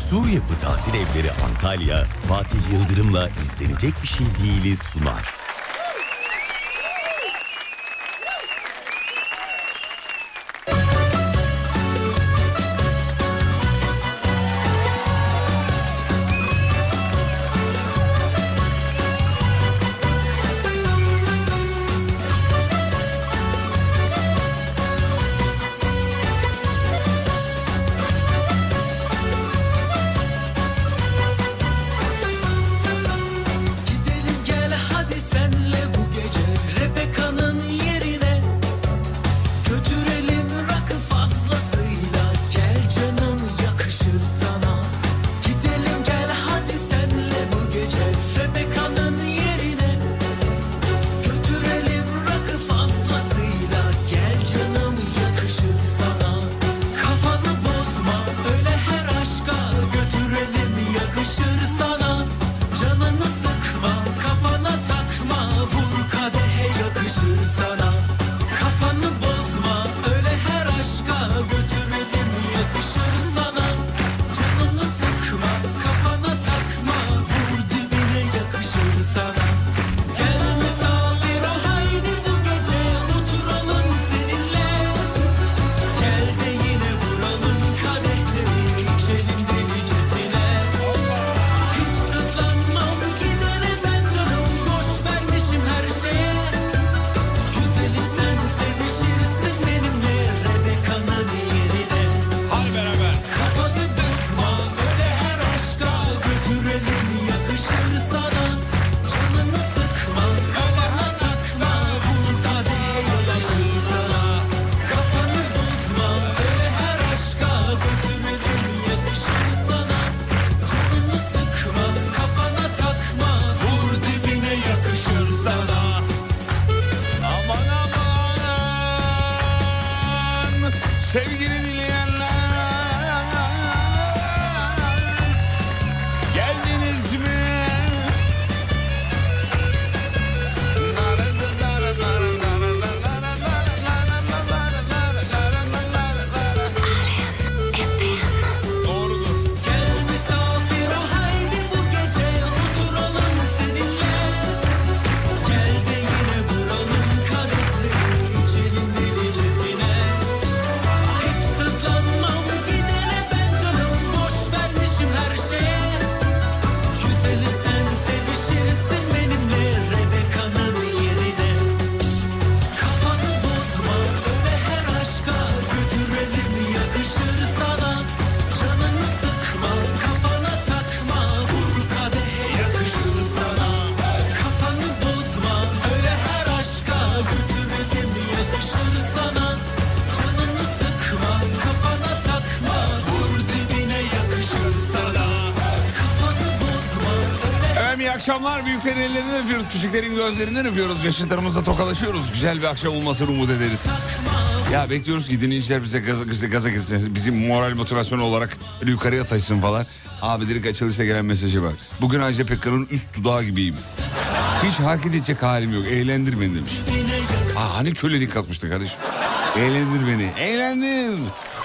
Sur Yapı Tatil Evleri Antalya, Fatih Yıldırım'la izlenecek bir şey değiliz sunar. Akşamlar, büyüklerin ellerinden öpüyoruz, küçüklerin gözlerinden öpüyoruz, yaşıtlarımızla tokalaşıyoruz. Güzel bir akşam olmasını umut ederiz. Ya bekliyoruz ki dinleyiciler bize gaza getirsin, bizim moral motivasyon olarak yukarıya taşısın falan. Abi direkt açılışta gelen mesajı bak. Bugün Ajda Pekkan'ın üst dudağı gibiyim. Hiç hareket edecek halim yok, eğlendir beni demiş. Hani kölelik kalkmıştı kardeşim. Eğlendir beni, eğlendir.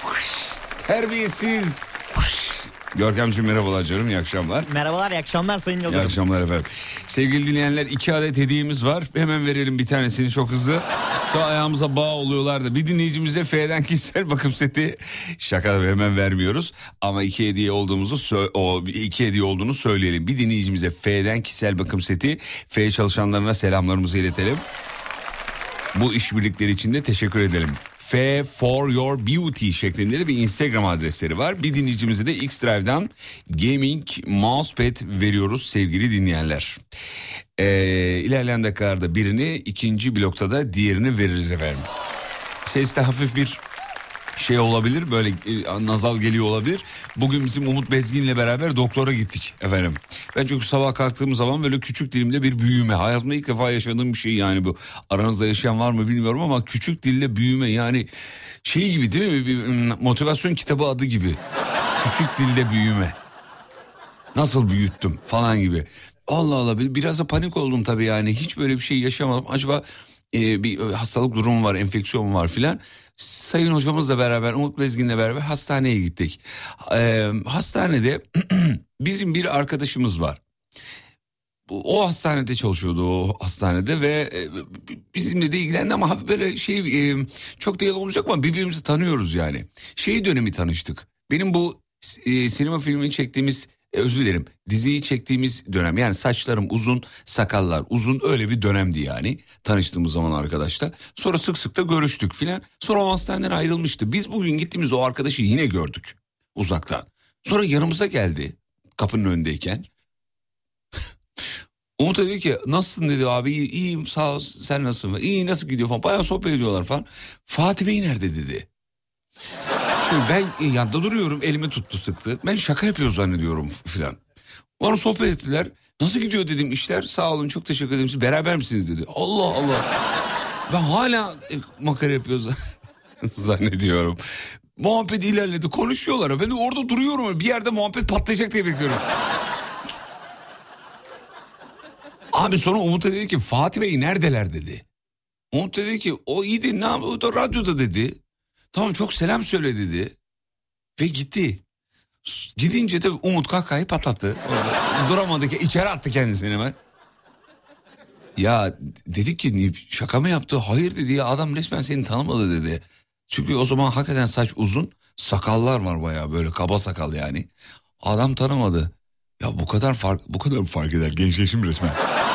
Terbiyesiz. Görkemciğim merhabalar canım, iyi akşamlar. Merhabalar, iyi akşamlar Sayın Yıldırım. İyi akşamlar efendim. Sevgili dinleyenler, 2 adet hediyemiz var. Hemen verelim bir tanesini çok hızlı. Sonra ayağımıza bağ oluyorlar da bir dinleyicimize F'den kişisel bakım seti, şaka da hemen vermiyoruz. Ama 2 hediye olduğunu söyleyelim. Bir dinleyicimize F'den kişisel bakım seti, F çalışanlarına selamlarımızı iletelim. Bu işbirlikleri için de teşekkür edelim. F for your beauty şeklinde de bir Instagram adresleri var. Bir dinleyicimize de X-Drive'dan gaming mousepad veriyoruz sevgili dinleyenler. İlerleyen dakikalarda birini, ikinci blokta da diğerini veririz efendim. Seste hafif bir şey olabilir, böyle nazal geliyor olabilir. Bugün bizim Umut Bezgin'le beraber doktora gittik efendim. Ben çünkü sabah kalktığım zaman böyle küçük dilimde bir büyüme. Hayatımda ilk defa yaşadığım bir şey yani bu. Aranızda yaşayan var mı bilmiyorum ama küçük dilde büyüme yani şey gibi değil mi? Bir motivasyon kitabı adı gibi. Küçük dilde büyüme. Nasıl büyüttüm falan gibi. Allah Allah, biraz da panik oldum tabii yani. Hiç böyle bir şey yaşamadım. Acaba bir hastalık durumu var, enfeksiyon var filan. Sayın hocamızla beraber, Umut Bezgin'le beraber hastaneye gittik. Hastanede bizim bir arkadaşımız var. O hastanede çalışıyordu, o hastanede ve bizimle de ilgilendi ama böyle çok değil olacak ama birbirimizi tanıyoruz yani. Dönemi tanıştık. Benim bu sinema filmini çektiğimiz, özür dilerim, diziyi çektiğimiz dönem, yani saçlarım uzun, sakallar uzun, öyle bir dönemdi yani tanıştığımız zaman arkadaşla. Sonra sık sık da görüştük filan. Sonra o hastaneden ayrılmıştı. Biz bugün gittiğimiz o arkadaşı yine gördük uzaktan. Sonra yanımıza geldi kapının önündeyken. Umut dedi ki nasılsın dedi, abi iyiyim sağ ol, sen nasılsın, iyi nasıl gidiyor falan, bayağı sohbet ediyorlar falan. Fatih Bey nerede dedi. Şimdi ben yanında duruyorum, elimi tuttu sıktı, ben şaka yapıyor zannediyorum filan. Bana sohbet ettiler, nasıl gidiyor dedim, işler sağ olun çok teşekkür ederim, siz beraber misiniz dedi. Allah Allah, ben hala makara yapıyoruz zannediyorum. Muhabbet ilerledi, konuşuyorlar, ben de orada duruyorum, bir yerde muhabbet patlayacak diye bekliyorum. Abi sonra Umut dedi ki Fatih Bey neredeler dedi. Umut dedi ki o iyiydi, ne yapıyor, o da radyoda dedi. Tamam çok selam söyle dedi. Ve gitti. Gidince de Umut kakayı patlattı. Duramadı ki, içeri attı kendisini hemen. Ya dedik ki şaka mı yaptı? Hayır dedi ya, adam resmen seni tanımadı dedi. Çünkü o zaman hakikaten saç uzun, sakallar var bayağı, böyle kaba sakal yani. Adam tanımadı. Ya bu kadar fark eder gençleşim resmen.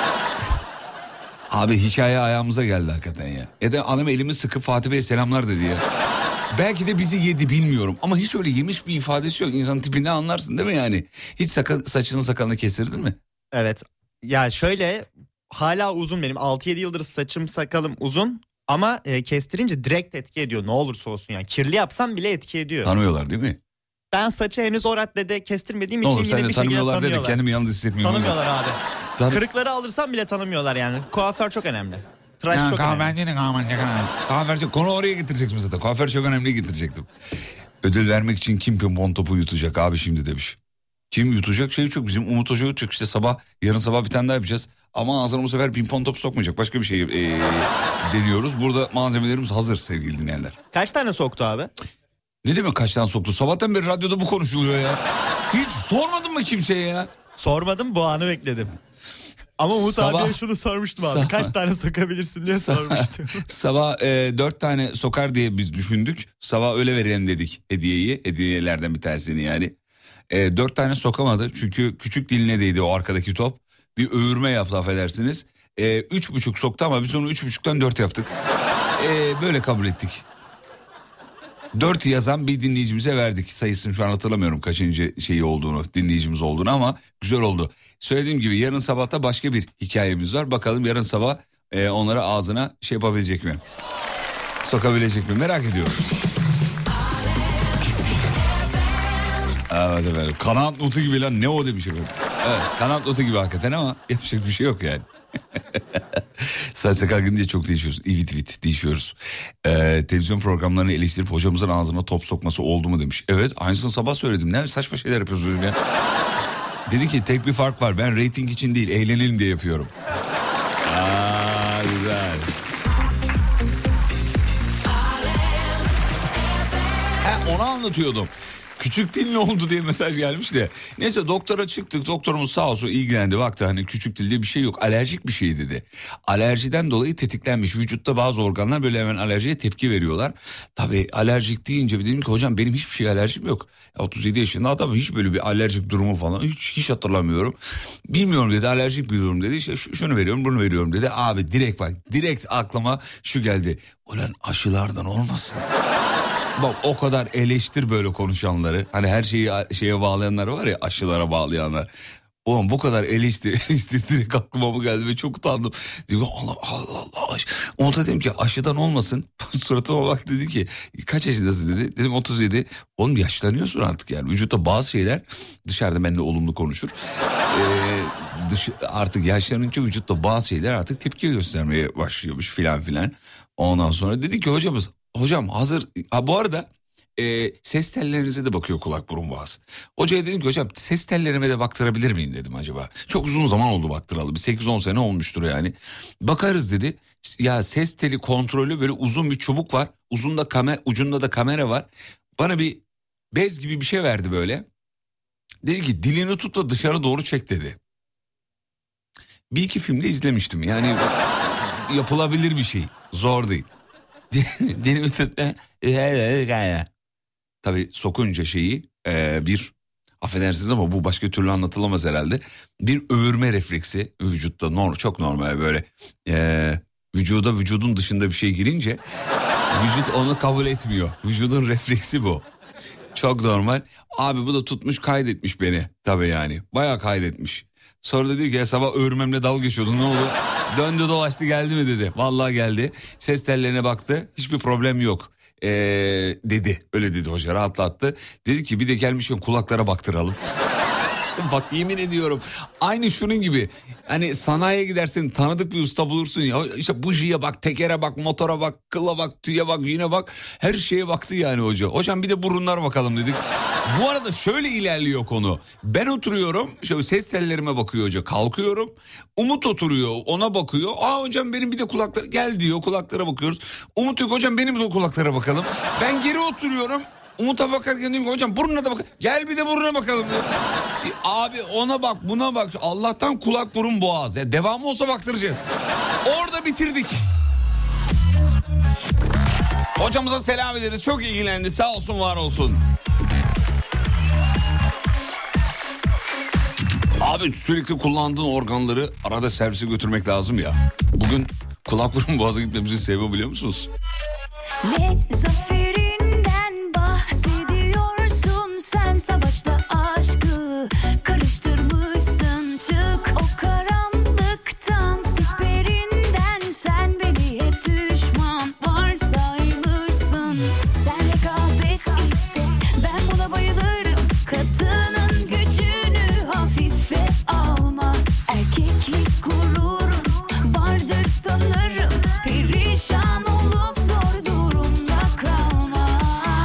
Abi hikaye ayağımıza geldi hakikaten ya. Da adam elimi sıkıp Fatih Bey selamlar dedi ya. Belki de bizi yedi, bilmiyorum. Ama hiç öyle yemiş bir ifadesi yok. İnsanın tipinden anlarsın değil mi yani? Hiç saçının sakalını kestirdin mi? Evet. Ya şöyle, hala uzun benim. 6-7 yıldır saçım sakalım uzun. Ama kestirince direkt etki ediyor, ne olursa olsun yani. Kirli yapsam bile etki ediyor. Tanıyorlar değil mi? Ben saçı henüz o raddede kestirmediğim için yine bir şekilde tanımıyorlar dedi, kendimi yalnız hissetmiyorum. Tanımıyorlar abi. Kırıkları alırsam bile tanımıyorlar yani. Kuaför çok önemli. Tıraş çok önemli. Kuaför, konu oraya getirecektim zaten. Kuaför çok önemli getirecektim. Ödül vermek için kim pimpon topu yutacak abi şimdi demiş. Kim yutacak çok, bizim Umut Hoca yutacak işte, yarın sabah bir tane daha yapacağız. Ama ağzına bu sefer pimpon topu sokmayacak, başka bir şey deniyoruz. Burada malzemelerimiz hazır sevgili dinleyenler. Kaç tane soktu abi? Ne demek kaç tane soktu? Sabahtan beri radyoda bu konuşuluyor ya. Hiç sormadın mı kimseye ya? Sormadım, bu anı bekledim. Ama Umut abiye şunu sormuştum abi. Kaç tane sokabilirsin diye sormuştum. Sabah 4 tane sokar diye biz düşündük. Sabah öyle verelim dedik hediyeyi. Hediyelerden bir tanesini yani. 4 tane sokamadı çünkü küçük diline değdi o arkadaki top. Bir öğürme yaptı affedersiniz. 3,5 soktu ama biz onu 3,5'tan 4 yaptık. Böyle kabul ettik. 4 yazan bir dinleyicimize verdik. Sayısını şu an hatırlamıyorum kaçıncı dinleyicimiz olduğunu ama güzel oldu. Söylediğim gibi yarın sabahta başka bir hikayemiz var. Bakalım yarın sabah onlara ağzına yapabilecek mi? Sokabilecek mi? Merak ediyorum. Evet efendim. Kanaat notu gibi lan, ne o demiş efendim. Evet, kanaat notu gibi hakikaten ama yapacak bir şey yok yani. Saç sakal gidince çok değişiyoruz. İvit değişiyoruz. Televizyon programlarını eleştirip hocamızın ağzına top sokması oldu mu demiş. Evet, aynısını sabah söyledim. Ne saçma şeyler yapıyorsunuz ya. Dedi ki tek bir fark var. Ben reyting için değil, eğlenelim diye yapıyorum. Güzel. Onu anlatıyordum. Küçük dil ne oldu diye mesaj gelmiş de. Neyse doktora çıktık. Doktorumuz sağ olsun ilgilendi. Baktı hani küçük dilde bir şey yok. Alerjik bir şey dedi. Alerjiden dolayı tetiklenmiş. Vücutta bazı organlar böyle hemen alerjiye tepki veriyorlar. Tabii alerjik deyince dedim ki hocam benim hiçbir şeye alerjim yok. 37 yaşında adam, hiç böyle bir alerjik durumu falan hiç hatırlamıyorum. Bilmiyorum dedi, alerjik bir durum dedi. İşte şunu veriyorum bunu veriyorum dedi. Abi direkt aklıma şu geldi. Ulan aşılardan olmasın. Bak o kadar eleştir böyle konuşanları. Hani her şeyi şeye bağlayanlar var ya, aşılara bağlayanlar. Oğlum bu kadar eleştir direkt aklıma bu geldi ve çok utandım. Diyor Allah. Ona da dedim ki aşıdan olmasın. Suratıma bak, dedi ki kaç yaşındasın dedi. Dedim 37. Oğlum yaşlanıyorsun artık yani. Vücutta bazı şeyler, dışarıda benimle olumlu konuşur. Artık yaşlanınca vücutta bazı şeyler artık tepki göstermeye başlıyormuş filan. Ondan sonra dedi ki hocam hazır. Bu arada ses tellerinize de bakıyor kulak burun boğaz. Hocaya dedim ki hocam ses tellerime de baktırabilir miyim dedim acaba. Çok uzun zaman oldu baktıralı, bir 8-10 sene olmuştur yani. Bakarız dedi. Ya ses teli kontrolü, böyle uzun bir çubuk var. Ucunda da kamera var. Bana bir bez gibi bir şey verdi böyle. Dedi ki dilini tut da dışarı doğru çek dedi. Bir iki filmde izlemiştim yani yapılabilir bir şey, zor değil. Dilimi tut. Tabii sokunca şeyi bir, affedersiniz ama bu başka türlü anlatılamaz herhalde. Bir öğürme refleksi vücutta çok normal böyle. Vücudun dışında bir şey girince vücut onu kabul etmiyor. Vücudun refleksi bu. Çok normal. Abi bu da tutmuş kaydetmiş beni. Tabii yani bayağı kaydetmiş. Sonra dedi ki sabah öğürmemle dalga geçiyordun, ne oldu? Döndü dolaştı geldi mi dedi. Vallahi geldi. Ses tellerine baktı. Hiçbir problem yok. Dedi. Öyle dedi hoca, rahatlattı. Dedi ki bir de gelmişken kulaklara baktıralım. Bak yemin ediyorum aynı şunun gibi. Hani sanayiye gidersin, tanıdık bir usta bulursun ya. İşte bujiye bak, tekere bak, motora bak, kıla bak, tüye bak, yine bak. Her şeye baktı yani hoca. Hocam bir de burunlara bakalım dedik. Bu arada şöyle ilerliyor konu. Ben oturuyorum, şöyle ses tellerime bakıyor hoca. Kalkıyorum. Umut oturuyor, ona bakıyor. Aa hocam benim bir de kulaklara gel diyor, kulaklara bakıyoruz. Umut diyor hocam benim de kulaklara bakalım. Ben geri oturuyorum. Umut'a bakarken diyorum ki hocam burnuna da bak. Gel bir de burnuna bakalım diyor. Abi ona bak, buna bak. Allah'tan kulak burun boğaz. Ya devamı olsa baktıracağız. Orada bitirdik. Hocamıza selam ederiz. Çok ilgilendi. Sağ olsun, var olsun. Abi sürekli kullandığın organları arada servise götürmek lazım ya. Bugün kulak burun boğaza gitmemizin sebebi biliyor musunuz? Ne zaferinden bahsediyorsun sen, savaşta aşkı karıştırmışsın. Çık o karanlıktan, siperinden sen beni hep düşman varsaymışsın. Sen rekabet iste, ben buna bayılırım. Kadının gücünü hafife alma. Erkeklik gururun vardır sanırım. Perişan olup zor durumda kalma.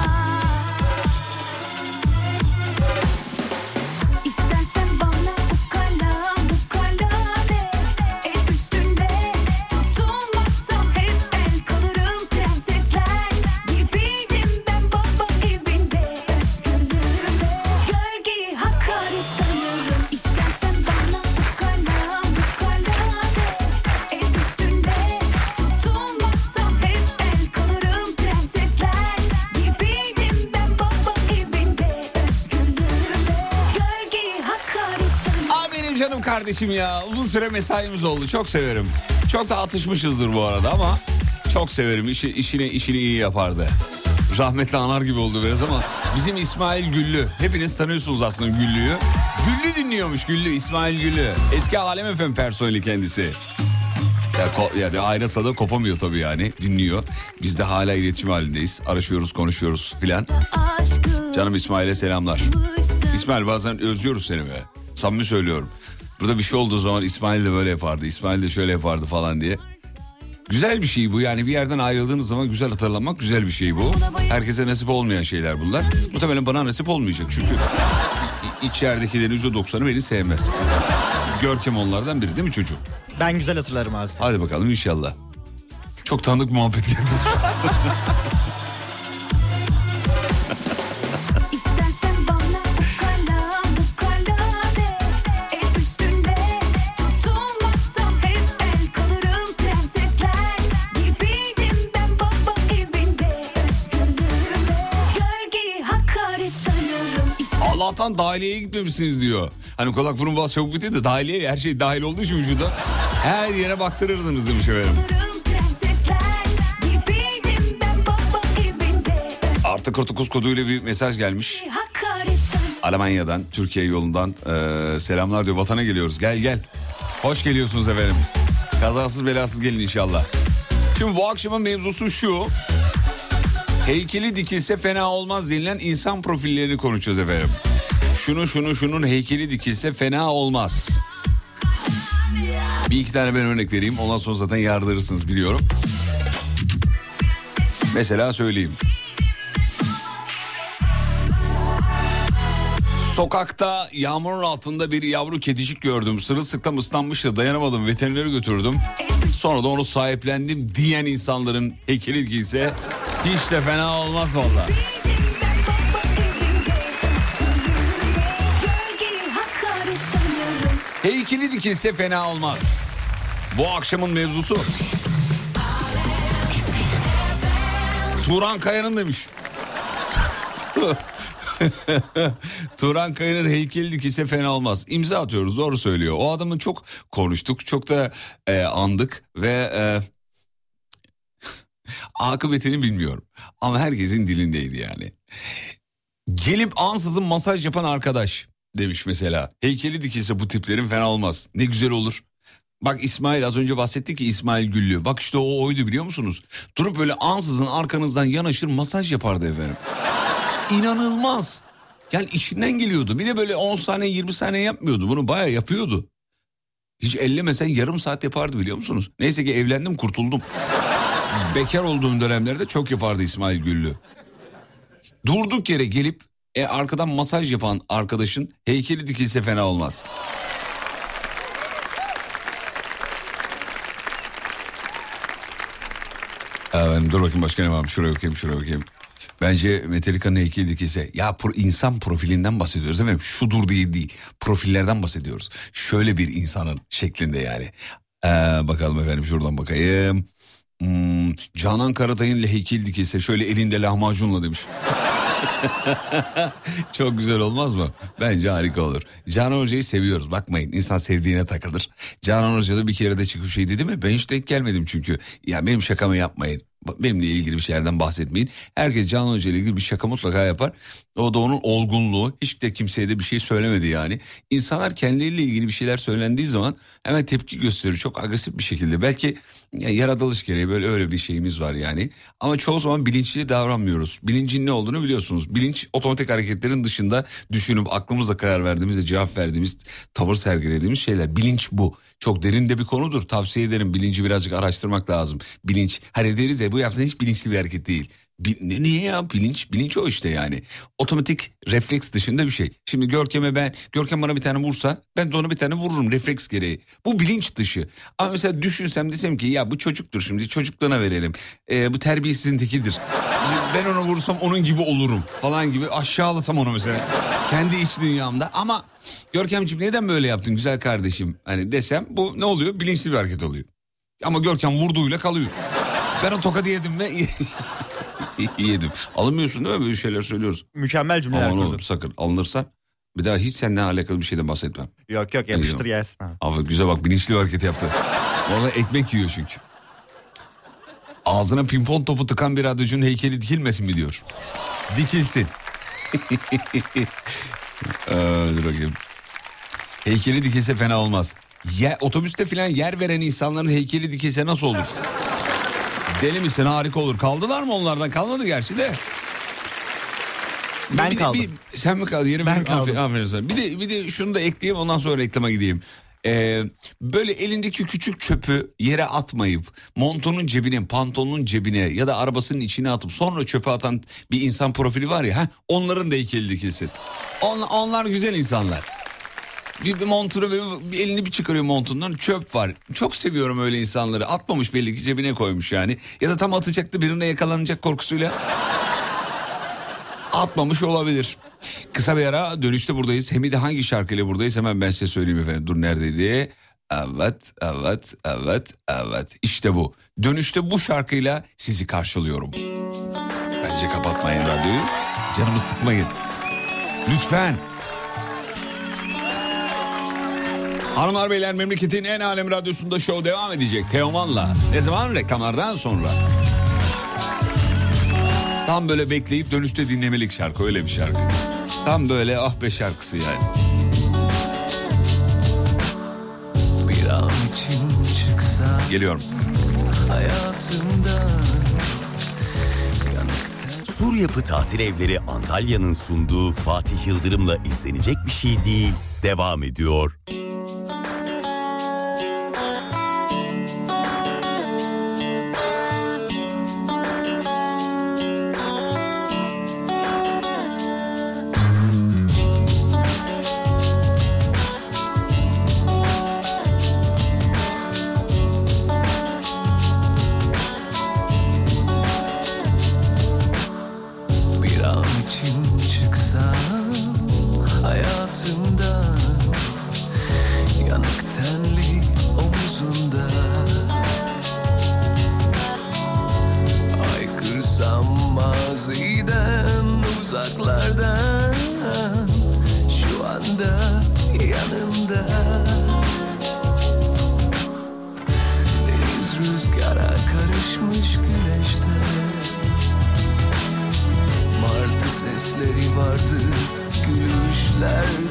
İstersen bana ukala de. El üstünde tutulmazsam hep el kalırım. Prensesler gibiydim ben baba evinde. Özgürlüğüme gölgeyi hakaret sanırım. İstersen bana ukala de. El üstünde tutulmazsam hep el kalırım. Prensesler gibiydim ben baba evinde. Özgürlüğüme gölgeyi hakaret sanırım. Aa benim canım kardeşim ya. Uzun süre mesaimiz oldu. Çok severim. Çok da atışmışızdır bu arada ama çok severim. İşini iyi yapardı. Rahmetli anar gibi oldu biraz ama bizim İsmail Güllü. Hepiniz tanıyorsunuz aslında Güllü'yü. Güllü dinliyormuş, Güllü, İsmail Güllü. Eski Alem FM personeli kendisi. Yani ayrılsa da kopamıyor tabii yani, dinliyor. Biz de hala iletişim halindeyiz. Araşıyoruz, konuşuyoruz filan. Aşkı Canım İsmail'e selamlar. mısın? İsmail bazen özlüyoruz seni be. Samimi söylüyorum. Burada bir şey olduğu zaman İsmail de böyle yapardı, İsmail de şöyle yapardı falan diye. Güzel bir şey bu yani, bir yerden ayrıldığınız zaman güzel hatırlamak güzel bir şey bu. Herkese nasip olmayan şeyler bunlar. Muhtemelen bana nasip olmayacak çünkü içeridekilerin %90'ı beni sevmez. Görkem onlardan biri değil mi çocuğum? Ben güzel hatırlarım abi seni. Hadi bakalım inşallah. Çok tanıdık muhabbet geldi. İstersen bana ukala de. El üstünde tutulmazsam hep el kalırım. Prensesler gibiydim ben baba evinde. Özgürlüğüme gölgeyi hakaret sanırım. Allah'tan dahiliyeye gitmemişsiniz diyor. Hani kulak burun boğaz çabuk bitiyor da dahiliyeye her şey dahil olduğu için vücuda her yere baktırırdınız demiş efendim. Prensesler gibiydim ben baba evinde. Artı 49 koduyla bir mesaj gelmiş. Hakaret sanırım. Almanya'dan, Türkiye yolundan selamlar diyor. Vatana geliyoruz. Gel. Hoş geliyorsunuz efendim. Kazasız belasız gelin inşallah. Şimdi bu akşamın mevzusu şu. Heykeli dikilse fena olmaz denilen insan profillerini konuşacağız efendim. Şunun heykeli dikilse fena olmaz. Bir iki tane ben örnek vereyim. Ondan sonra zaten yardırırsınız biliyorum. Mesela söyleyeyim. Sokakta yağmurun altında bir yavru kedicik gördüm. Sırılsıklam ıslanmıştı, dayanamadım, veterinere götürdüm. Sonra da onu sahiplendim diyen insanların heykeli giyse hiç de fena olmaz valla. Heykeli dikilse fena olmaz. Bu akşamın mevzusu. Turan Kaya'nın demiş. Turan Kaya'nın heykeli dikilse fena olmaz. İmza atıyoruz, doğru söylüyor. O adamın çok konuştuk, çok da andık ve akıbetini bilmiyorum. Ama herkesin dilindeydi yani. Gelip ansızın masaj yapan arkadaş demiş mesela. Heykeli dikilse bu tiplerin fena olmaz. Ne güzel olur. Bak İsmail, az önce bahsettik ki İsmail Güllü. Bak işte o oydu, biliyor musunuz? Durup böyle ansızın arkanızdan yanaşır masaj yapardı efendim. İnanılmaz. Yani içinden geliyordu. Bir de böyle 10 saniye 20 saniye yapmıyordu. Bunu bayağı yapıyordu. Hiç ellemesen yarım saat yapardı, biliyor musunuz? Neyse ki evlendim, kurtuldum. Bekar olduğum dönemlerde çok yapardı İsmail Güllü. Durduk yere gelip arkadan masaj yapan arkadaşın heykeli dikilse fena olmaz. Dur bakayım başka ne varmış, şuraya bakayım. Bence Metallica'nın heykeli dikilse, ya insan profilinden bahsediyoruz efendim, şudur değil, profillerden bahsediyoruz. Şöyle bir insanın şeklinde yani. Bakalım efendim, şuradan bakayım. Canan Karatay'ın heykeli dikilse şöyle elinde lahmacunla demiş. Çok güzel olmaz mı? Bence harika olur. Canan Hoca'yı seviyoruz, bakmayın, insan sevdiğine takılır. Canan Hoca da bir kere de çıkıp şey dedi mi? Ben hiç denk gelmedim çünkü. Ya benim şakamı yapmayın. Benimle ilgili bir şeylerden bahsetmeyin. Herkes Canan Hoca ile ilgili bir şaka mutlaka yapar. O da onun olgunluğu. Hiç de kimseye de bir şey söylemedi yani. İnsanlar kendileriyle ilgili bir şeyler söylendiği zaman hemen tepki gösterir çok agresif bir şekilde. Belki yaratılış gereği böyle öyle bir şeyimiz var yani. Ama çoğu zaman bilinçli davranmıyoruz. Bilincin ne olduğunu biliyorsunuz. Bilinç otomatik hareketlerin dışında düşünüp aklımızla karar verdiğimiz ve cevap verdiğimiz, tavır sergilediğimiz şeyler. Bilinç bu. Çok derin de bir konudur. Tavsiye ederim, bilinci birazcık araştırmak lazım. Bilinç, hani deriz ya, bu yaptığın hiç bilinçli bir hareket değil. Niye ya, bilinç o işte yani. Otomatik refleks dışında bir şey. Şimdi Görkem bana bir tane vursa ben de ona bir tane vururum refleks gereği. Bu bilinç dışı. Ama mesela düşünsem, desem ki ya bu çocuktur, şimdi çocukluğuna verelim. Bu terbiyesizin tekidir. Ben ona vursam onun gibi olurum falan gibi aşağılasam onu mesela. Kendi iç dünyamda. Ama Görkemciğim neden böyle yaptın güzel kardeşim hani desem, bu ne oluyor? Bilinçli bir hareket oluyor. Ama Görkem vurduğuyla kalıyor. Ben o tokadı yedim ve yedim. Alınmıyorsun değil mi, böyle şeyler söylüyoruz. Mükemmel cümleler kurdun. kurdun. Sakın alınırsan bir daha hiç seninle alakalı bir şeyden bahsetmem. Yok yapıştır gelsin abi. Abi güzel, bak bilinçli bir hareket yaptı. Orada ekmek yiyor çünkü. Ağzına pimpon topu tıkan bir radyocunun heykeli dikilmesin mi diyor. Dikilsin. Dur bakayım. Heykeli dikilse fena olmaz. Otobüste filan yer veren insanların heykeli dikilse nasıl olur? Deli misin, harika olur. Kaldılar mı onlardan? Kalmadı gerçi de. Ben kaldım. Sen mi kaldın? Ben kaldım. Aferin sana. Bir de şunu da ekleyeyim, ondan sonra reklama gideyim. Böyle elindeki küçük çöpü yere atmayıp montunun cebine, pantolonun cebine ya da arabasının içine atıp sonra çöpe atan bir insan profili var ya, onların da heykeli dikilsin. Onlar güzel insanlar. Bir montunu bir elini bir çıkarıyor montundan, çöp var. Çok seviyorum öyle insanları. Atmamış belli ki, cebine koymuş yani. Ya da tam atacaktı, birine yakalanacak korkusuyla atmamış olabilir. Kısa bir ara, dönüşte buradayız. Hem de hangi şarkıyla buradayız hemen ben size söyleyeyim efendim. Dur neredeydi? Evet. İşte bu. Dönüşte bu şarkıyla sizi karşılıyorum. Bence kapatmayın radyoyu. Canımı sıkmayın. Lütfen. Hanımlar beyler, memleketin en alem radyosunda show devam edecek. Teoman'la. Ne zaman? Reklamlardan sonra. Tam böyle bekleyip dönüşte dinlemelik şarkı, öyle bir şarkı. Tam böyle ah be şarkısı yani. Bir an için çıksa geliyorum. Hayatımda Sur Yapı Tatil Evleri Antalya'nın sunduğu Fatih Yıldırım'la izlenecek bir şey değil devam ediyor.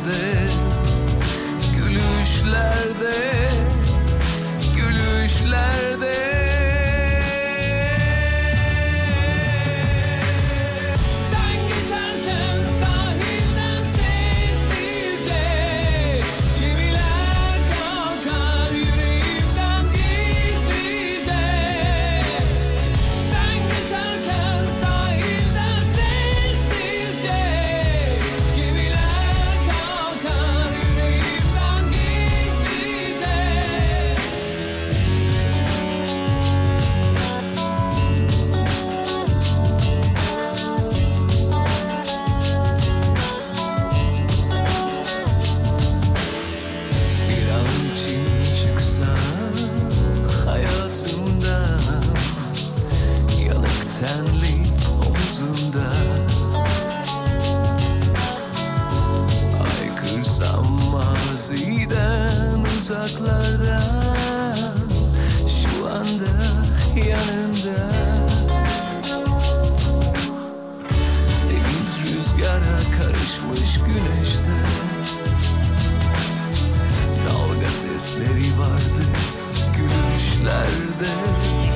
gülüşlerde, gülüşlerde. Uzaklarda, şu anda yanında. Deniz rüzgara karışmış güneşte. Dalga sesleri vardı gülüşlerde,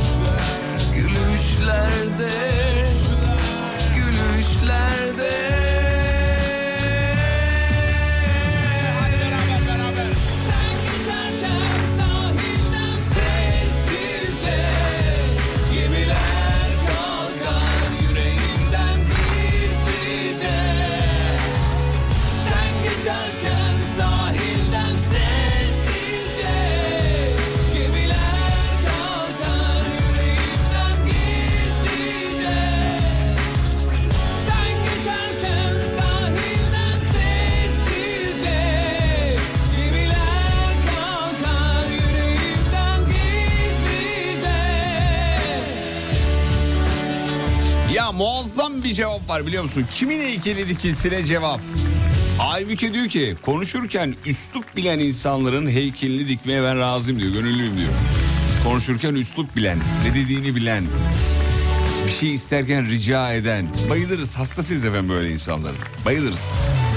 gülüşlerde, gülüşlerde. Ya muazzam bir cevap var biliyor musun? Kimin heykeli dikilsine cevap. Aybüke diyor ki konuşurken üslup bilen insanların heykelini dikmeye ben razıyım diyor, gönüllüyüm diyor. Konuşurken üslup bilen, ne dediğini bilen, bir şey isterken rica eden. Bayılırız, hastasıyız efendim böyle insanların. Bayılırız.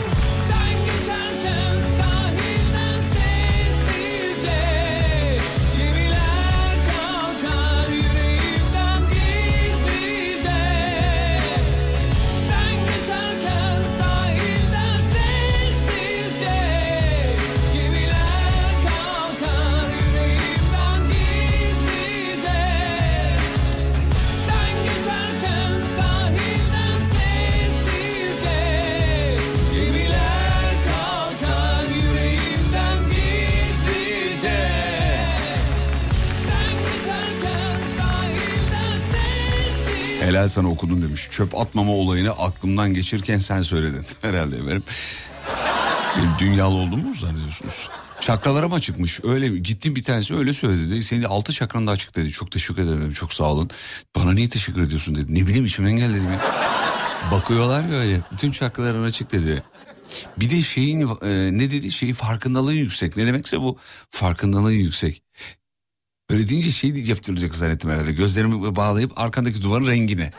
Helal sana okudun demiş. Çöp atmama olayını aklımdan geçirirken sen söyledin. Herhalde efendim. Benim dünyalı olduğumu mu zannediyorsunuz? Çakralarım açıkmış. Öyle mi? Gittim bir tanesi öyle söyledi dedi. Senin 6 çakran da açık dedi. Çok teşekkür ederim. Çok sağ olun. Bana niye teşekkür ediyorsun dedi. Ne bileyim içimden geldi dedim ya. Bakıyorlar ya öyle. Bütün çakraların açık dedi. Bir de şeyin ne dedi? Farkındalığı yüksek. Ne demekse bu farkındalığı yüksek. Öyle deyince şey yaptıracak zannettim herhalde. Gözlerimi bağlayıp arkandaki duvarın rengine.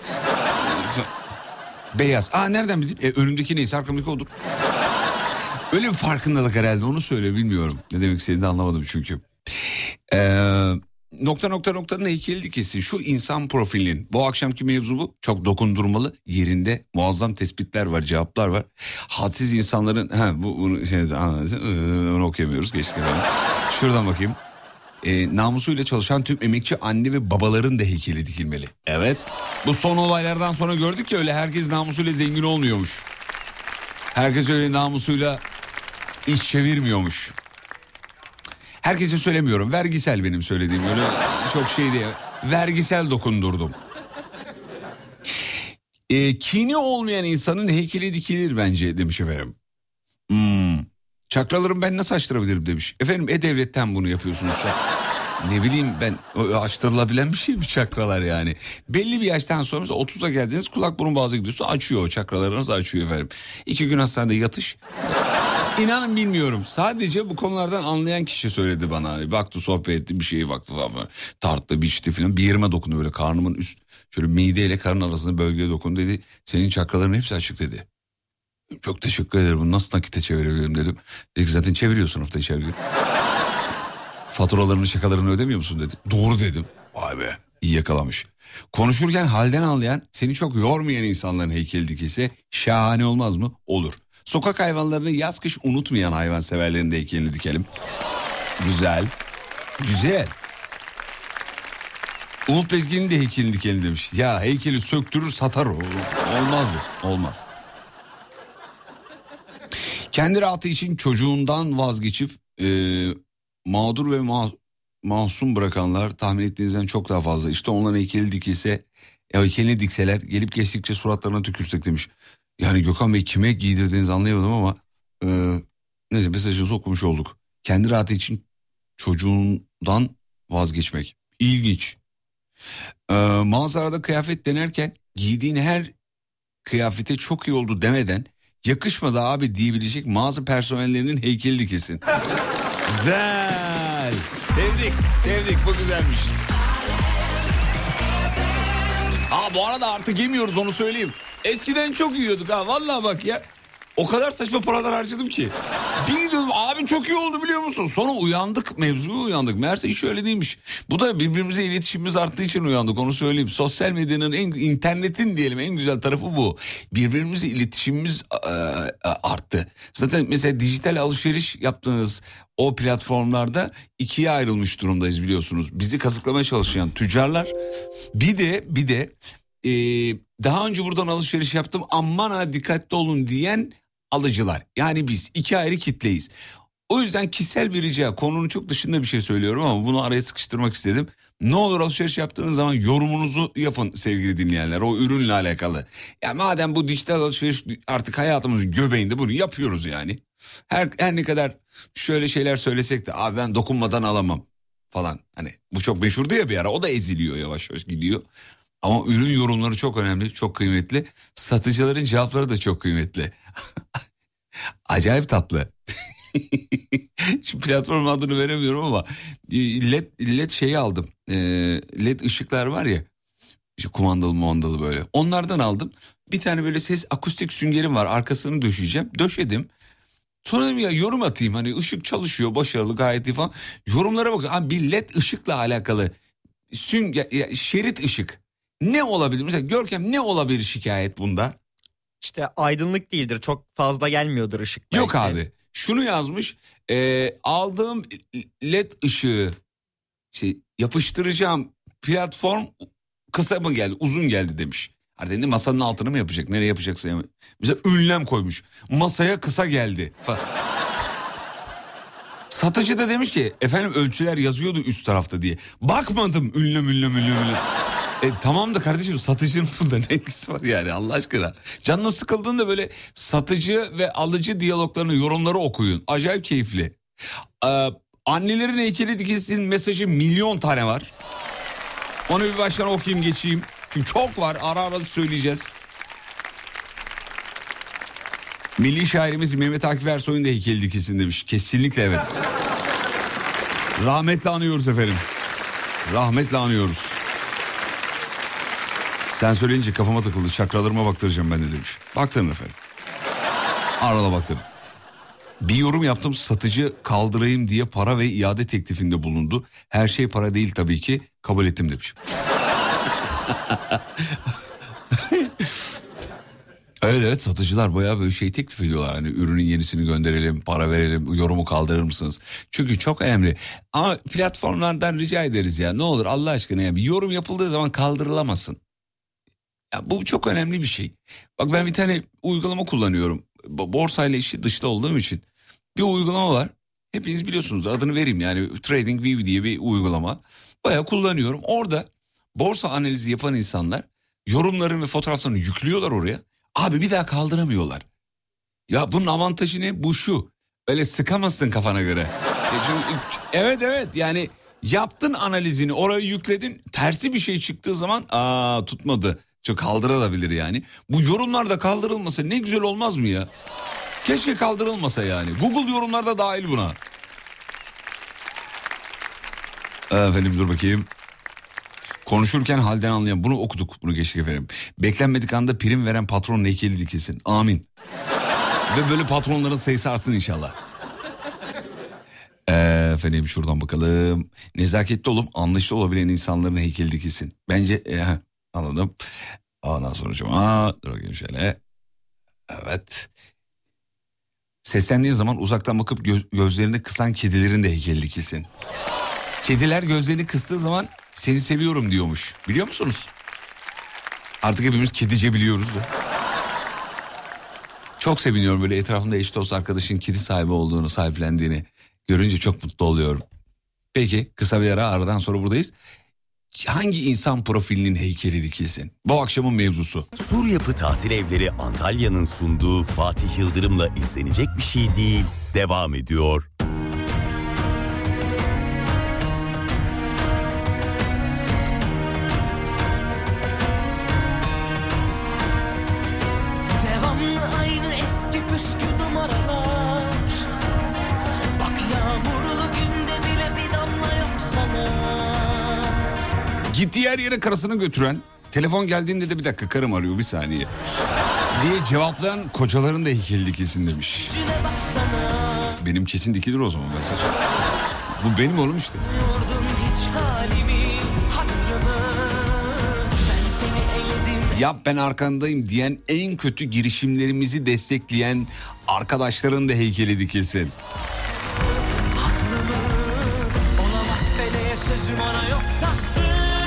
Beyaz. Aa nereden bildin? Önümdeki neyse arkamdaki odur. Öyle bir farkındalık herhalde, onu söyle bilmiyorum. Ne demek istediğini anlamadım çünkü. Noktanın heykeli dikilsin. Şu insan profilinin. Bu akşamki mevzu bu. Çok dokundurmalı. Yerinde muazzam tespitler var, cevaplar var. Hadsiz insanların... bunu okuyamıyoruz. Geçtik efendim. Şuradan bakayım. Namusuyla çalışan tüm emekçi anne ve babaların da heykeli dikilmeli. Evet. Bu son olaylardan sonra gördük ya, öyle herkes namusuyla zengin olmuyormuş. Herkes öyle namusuyla iş çevirmiyormuş. Herkese söylemiyorum. Vergisel benim söylediğim. Öyle çok şey değil. Vergisel dokundurdum. Kini olmayan insanın heykeli dikilir bence demiş efendim. Çakralarımı ben nasıl açtırabilirim demiş. Efendim E-Devlet'ten bunu yapıyorsunuz. Ne bileyim ben, açtırılabilen bir şey mi çakralar yani. Belli bir yaştan sonra mesela 30'a geldiniz, kulak burun boğaza gidiyorsa açıyor, çakralarınız açıyor efendim. 2 gün hastanede yatış. İnanın bilmiyorum. Sadece bu konulardan anlayan kişi söyledi bana. Hani baktı, sohbet etti, bir şeye baktı falan. Tarttı, biçti falan. Bir yerime dokundu böyle, karnımın üst, şöyle mideyle karın arasında bölgeye dokundu dedi. Senin çakraların hepsi açık dedi. Çok teşekkür ederim. Bunu nasıl nakite çevirebilirim dedim. Dedi ki zaten çeviriyorsun hafta içi her gün. Faturalarını şakalarını ödemiyor musun dedi. Doğru dedim. Vay be, iyi yakalamış. Konuşurken halden anlayan, seni çok yormayan insanların heykeli dikilse şahane olmaz mı? Olur. Sokak hayvanlarını yaz kış unutmayan hayvanseverlerin de heykelini dikelim. Güzel. Güzel. Umut Bezgin'in de heykelini dikelim demiş. Ya heykeli söktürür satar o. Olmaz mı? Olmaz. Kendi rahatı için çocuğundan vazgeçip mağdur ve masum bırakanlar tahmin ettiğinizden çok daha fazla. İşte onların heykeli dikilse, heykelini dikseler gelip geçtikçe suratlarına tükürsek demiş. Yani Gökhan Bey kime giydirdiğinizi anlayamadım ama neyse mesajınızı okumuş olduk. Kendi rahatı için çocuğundan vazgeçmek. İlginç. Mağazada kıyafet denerken giydiğin her kıyafete çok iyi oldu demeden yakışmadı abi diyebilecek mağaza personellerinin heykeli dikilsin. Güzel. Sevdik bu güzelmiş. Bu arada artık yemiyoruz, onu söyleyeyim. Eskiden çok yiyorduk ha, vallahi bak ya. O kadar saçma paralar harcadım ki. Bir dedim abi çok iyi oldu biliyor musun? Sonra uyandık, mevzuya uyandık. Meğerse iş öyle değilmiş. Bu da birbirimize iletişimimiz arttığı için uyandık, onu söyleyeyim. Sosyal medyanın internetin diyelim en güzel tarafı bu. Birbirimize iletişimimiz arttı. Zaten mesela dijital alışveriş yaptığınız o platformlarda ikiye ayrılmış durumdayız biliyorsunuz. Bizi kazıklamaya çalışan tüccarlar. Bir de daha önce buradan alışveriş yaptım aman ha dikkatli olun diyen alıcılar. Yani biz iki ayrı kitleyiz. O yüzden kişisel bir rica, konunun çok dışında bir şey söylüyorum ama bunu araya sıkıştırmak istedim. Ne olur alışveriş yaptığınız zaman yorumunuzu yapın sevgili dinleyenler, o ürünle alakalı. Ya madem bu dijital alışveriş artık hayatımızın göbeğinde, bunu yapıyoruz yani. Her ne kadar şöyle şeyler söylesek de abi ben dokunmadan alamam falan. Hani bu çok meşhurdu ya bir ara, o da eziliyor, yavaş yavaş gidiyor. Ama ürün yorumları çok önemli, çok kıymetli. Satıcıların cevapları da çok kıymetli. Acayip tatlı. Şu platformun adını veremiyorum ama LED şeyi aldım. LED ışıklar var ya, işte kumandalı böyle. Onlardan aldım. Bir tane böyle ses akustik süngerim var. Arkasını döşeyeceğim. Döşedim. Sonra dedim ya yorum atayım, hani ışık çalışıyor, başarılı, gayet iyi falan. Yorumlara bakın. Abi bir LED ışıkla alakalı şerit ışık. Ne olabilir? Mesela Görkem, ne olabilir şikayet bunda? İşte aydınlık değildir. Çok fazla gelmiyordur ışık belki. Yok abi. Şunu yazmış. Aldığım LED ışığı yapıştıracağım platform kısa mı geldi, uzun geldi demiş. Artık masanın altına mı yapacak? Nereye yapacaksa yani. Mesela ünlem koymuş. Masaya kısa geldi. Satıcı da demiş ki efendim ölçüler yazıyordu üst tarafta diye. Bakmadım ünlem. Tamam da kardeşim, satıcının bunda ne ilgisi var yani Allah aşkına. Canına sıkıldığında böyle satıcı ve alıcı diyaloglarını, yorumları okuyun. Acayip keyifli. Annelerin heykeli dikilsin mesajı milyon tane var. Onu bir baştan okuyayım geçeyim. Çünkü çok var, ara söyleyeceğiz. Milli şairimiz Mehmet Akif Ersoy'un da heykeli dikilsin demiş. Kesinlikle evet. Rahmetle anıyoruz efendim. Rahmetle anıyoruz. Sen söyleyince kafama takıldı. Çakralarıma baktıracağım ben de demiş. Baktırın efendim. Arada baktırın. Bir yorum yaptım, satıcı kaldırayım diye para ve iade teklifinde bulundu. Her şey para değil tabii ki, kabul ettim demiş. Evet satıcılar bayağı böyle şey teklif ediyorlar. Hani ürünün yenisini gönderelim, para verelim, yorumu kaldırır mısınız? Çünkü çok önemli. Ama platformlardan rica ederiz ya, ne olur Allah aşkına ya, bir yorum yapıldığı zaman kaldırılamasın. Ya bu çok önemli bir şey. Bak ben bir tane uygulama kullanıyorum. Borsayla işi dışta olduğum için. Bir uygulama var. Hepiniz biliyorsunuz, adını vereyim yani, TradingView diye bir uygulama. Bayağı kullanıyorum. Orada borsa analizi yapan insanlar yorumlarını ve fotoğraflarını yüklüyorlar oraya. Abi bir daha kaldıramıyorlar. Ya bunun avantajı ne? Bu şu. Öyle sıkamazsın kafana göre. Evet yani yaptın analizini, oraya yükledin. Tersi bir şey çıktığı zaman tutmadı. Çok kaldırılabilir yani. Bu yorumlarda kaldırılmasa ne güzel olmaz mı ya? Keşke kaldırılmasa yani. Google yorumlarda dahil buna. Efendim dur bakayım. Konuşurken halden anlayan, bunu okuduk, bunu geçtik efendim. Beklenmedik anda prim veren patronun heykeli dikilsin. Amin. Ve böyle patronların sayısı artsın inşallah. Efendim şuradan bakalım. Nezaketli olup anlayışlı olabilen insanların heykeli dikilsin. Bence anladım. Ondan sonra dur bakayım şöyle. Evet. Seslendiğin zaman uzaktan bakıp gözlerini kısan kedilerin de heykeli dikilsin. Kediler gözlerini kıstığı zaman seni seviyorum diyormuş. Biliyor musunuz? Artık hepimiz kedice biliyoruz da. Çok seviniyorum böyle etrafımda eş dost arkadaşın kedi sahibi olduğunu, sahiplendiğini görünce çok mutlu oluyorum. Peki kısa bir aradan sonra buradayız. Hangi insan profilinin heykeli dikilsin? Bu akşamın mevzusu. Sur Yapı Tatil Evleri Antalya'nın sunduğu Fatih Yıldırım'la izlenecek bir şey değil, devam ediyor. Devamlı aynı eski püskü numaralar. Bak yağmurlu günde bile bir damla yok sana. Gittiği her yere karısını götüren, telefon geldiğinde de bir dakika karım arıyor bir saniye diye cevaplayan kocaların da heykeli dikilsin demiş. Yüzüne baksana. Benim kesin dikilir o zaman mesaj. Bu benim oğlum işte. Yordun hiç halimi, hatırımı. Ben seni eledim. Yap ben arkandayım diyen en kötü girişimlerimizi destekleyen arkadaşların da heykeli dikilsin. Olamaz feleğe sözüm ona yok kastım.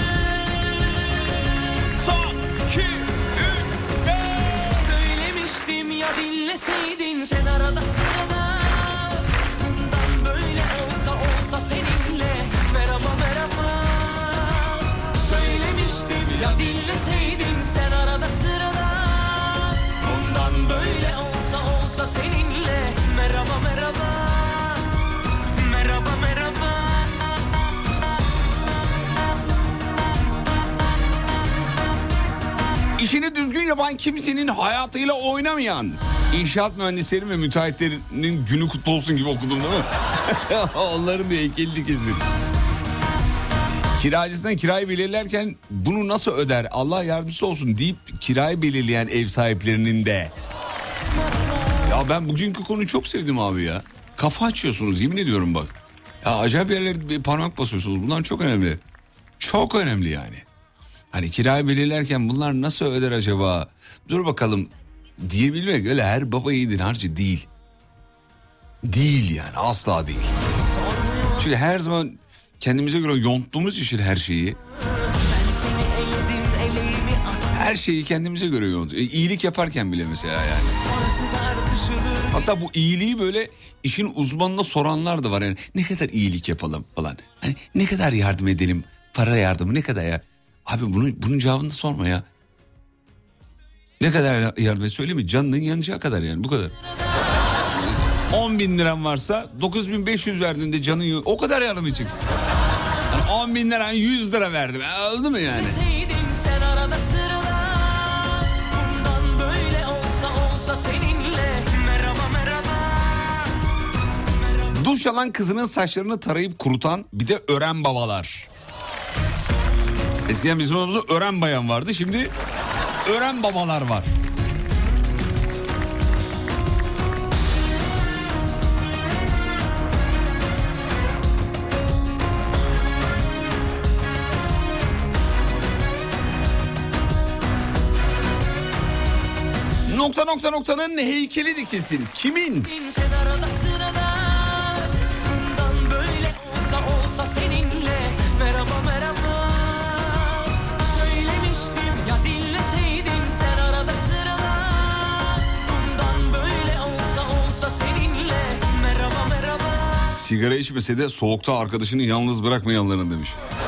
Son, 2, 3, 5. Söylemiştim ya dinleseydin sen arada sırada. Bundan böyle olsa seninle. Merhaba merhaba. Söylemiştim ya dinleseydin sen arada sırada. Bundan böyle olsa seninle. Merhaba merhaba. Merhaba merhaba. İşini düzgün yapan kimsenin hayatıyla oynamayan inşaat mühendisleri ve müteahhitlerinin günü kutlu olsun gibi okudum değil mi? Onların da heykeli dikilsin. Kiracısına kirayı belirlerken bunu nasıl öder Allah yardımcısı olsun deyip kirayı belirleyen ev sahiplerinin de. Ya ben bugünkü konuyu çok sevdim abi ya. Kafa açıyorsunuz yemin ediyorum bak. Ya acayip yerlere bir parmak basıyorsunuz. Bunlar çok önemli. Çok önemli yani. Hani kirayı belirlerken bunlar nasıl öder acaba? Dur bakalım diyebilmek öyle her baba yiğidin harcı değil. Değil yani asla değil. Çünkü her zaman kendimize göre yonttuğumuz için her şeyi. Her şeyi kendimize göre yontuyoruz. İyilik yaparken bile mesela yani. Hatta bu iyiliği böyle işin uzmanına soranlar da var. Yani ne kadar iyilik yapalım falan. Hani ne kadar yardım edelim? Para yardımı ne kadar ya? Abi bunun cevabını da sorma ya. Ne kadar yardım söyleyeyim mi? Canının yanacağı kadar yani bu kadar. 10.000 liran varsa 9.500 verdiğinde canın o kadar yardım edeceksin. Yani 10.000 liran 100 lira verdim. Oldu mu yani? Sen arada sırada. Bundan böyle olsa seninle. Merhaba merhaba. Duş alan kızının saçlarını tarayıp kurutan bir de ören babalar. Eskiden bizim odamızda ören bayan vardı. Şimdi ören babalar var. Noktanın heykeli dikilsin. Kimin? Sen arada sırada. Bundan böyle olsa seninle. Merhaba merhaba. Söylemiştim ya dinleseydin sen arada sırada. Bundan böyle olsa seninle. Merhaba merhaba. Sigara içmese de soğukta arkadaşını yalnız bırakmayanların demiş.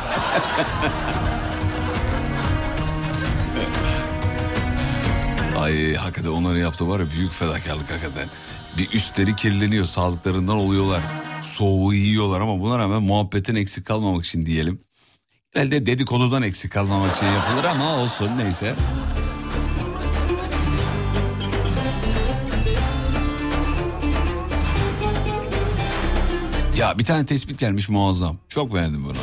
Ay hakikaten onların yaptığı var ya büyük fedakarlık hakikaten. Bir üstleri kirleniyor, sağlıklarından oluyorlar. Soğuğu yiyorlar ama buna rağmen muhabbetten eksik kalmamak için diyelim. Elde dedikodudan eksik kalmamak için yapılır ama olsun neyse. Ya bir tane tespit gelmiş muazzam. Çok beğendim bunu.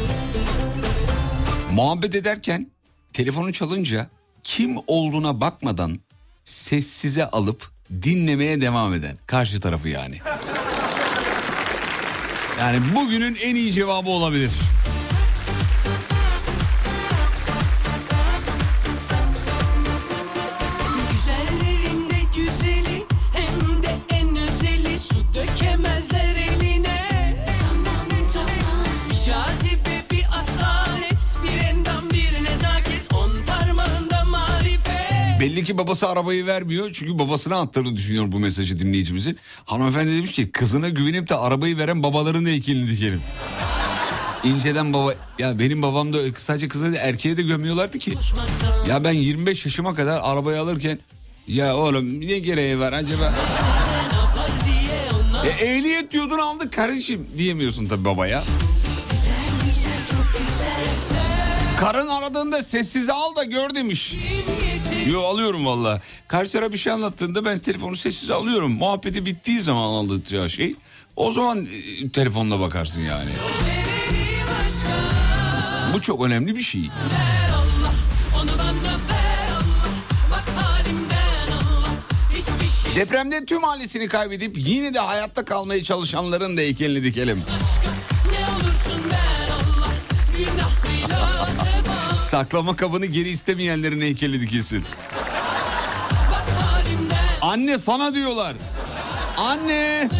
Muhabbet ederken telefonu çalınca kim olduğuna bakmadan sessize alıp dinlemeye devam eden. Karşı tarafı yani. Yani bugünün en iyi cevabı olabilir. Güzellerinde güzeli hem de en özeli, su dökemezler eline. Tamam tamam. Bir cazibe, bir asalet, bir endam, bir nezaket, 10 parmağında marifet. Belli ki babası arabayı vermiyor. Çünkü babasına attığını düşünüyorum bu mesajı dinleyicimizin. Hanımefendi demiş ki kızına güvenip de arabayı veren babaların da heykelini dikelim. İnceden baba, ya benim babam da sadece kızı değil, erkeğe de gömüyorlardı ki. Ya ben 25 yaşıma kadar arabayı alırken ya oğlum ne gereği var acaba? Ehliyet diyordun aldık kardeşim diyemiyorsun tabii babaya. Karın aradığında sessize al da gör demiş. Yo alıyorum valla. Karşı taraf bir şey anlattığında ben telefonu sessize alıyorum. Muhabbeti bittiği zaman anlatacağı şey. O zaman telefonla bakarsın yani. Bu çok önemli bir şey. Depremde tüm ailesini kaybedip yine de hayatta kalmaya çalışanların da heykelini dikelim. Saklama kabını geri istemeyenlerin heykeli dikilsin. Anne sana diyorlar. Anne.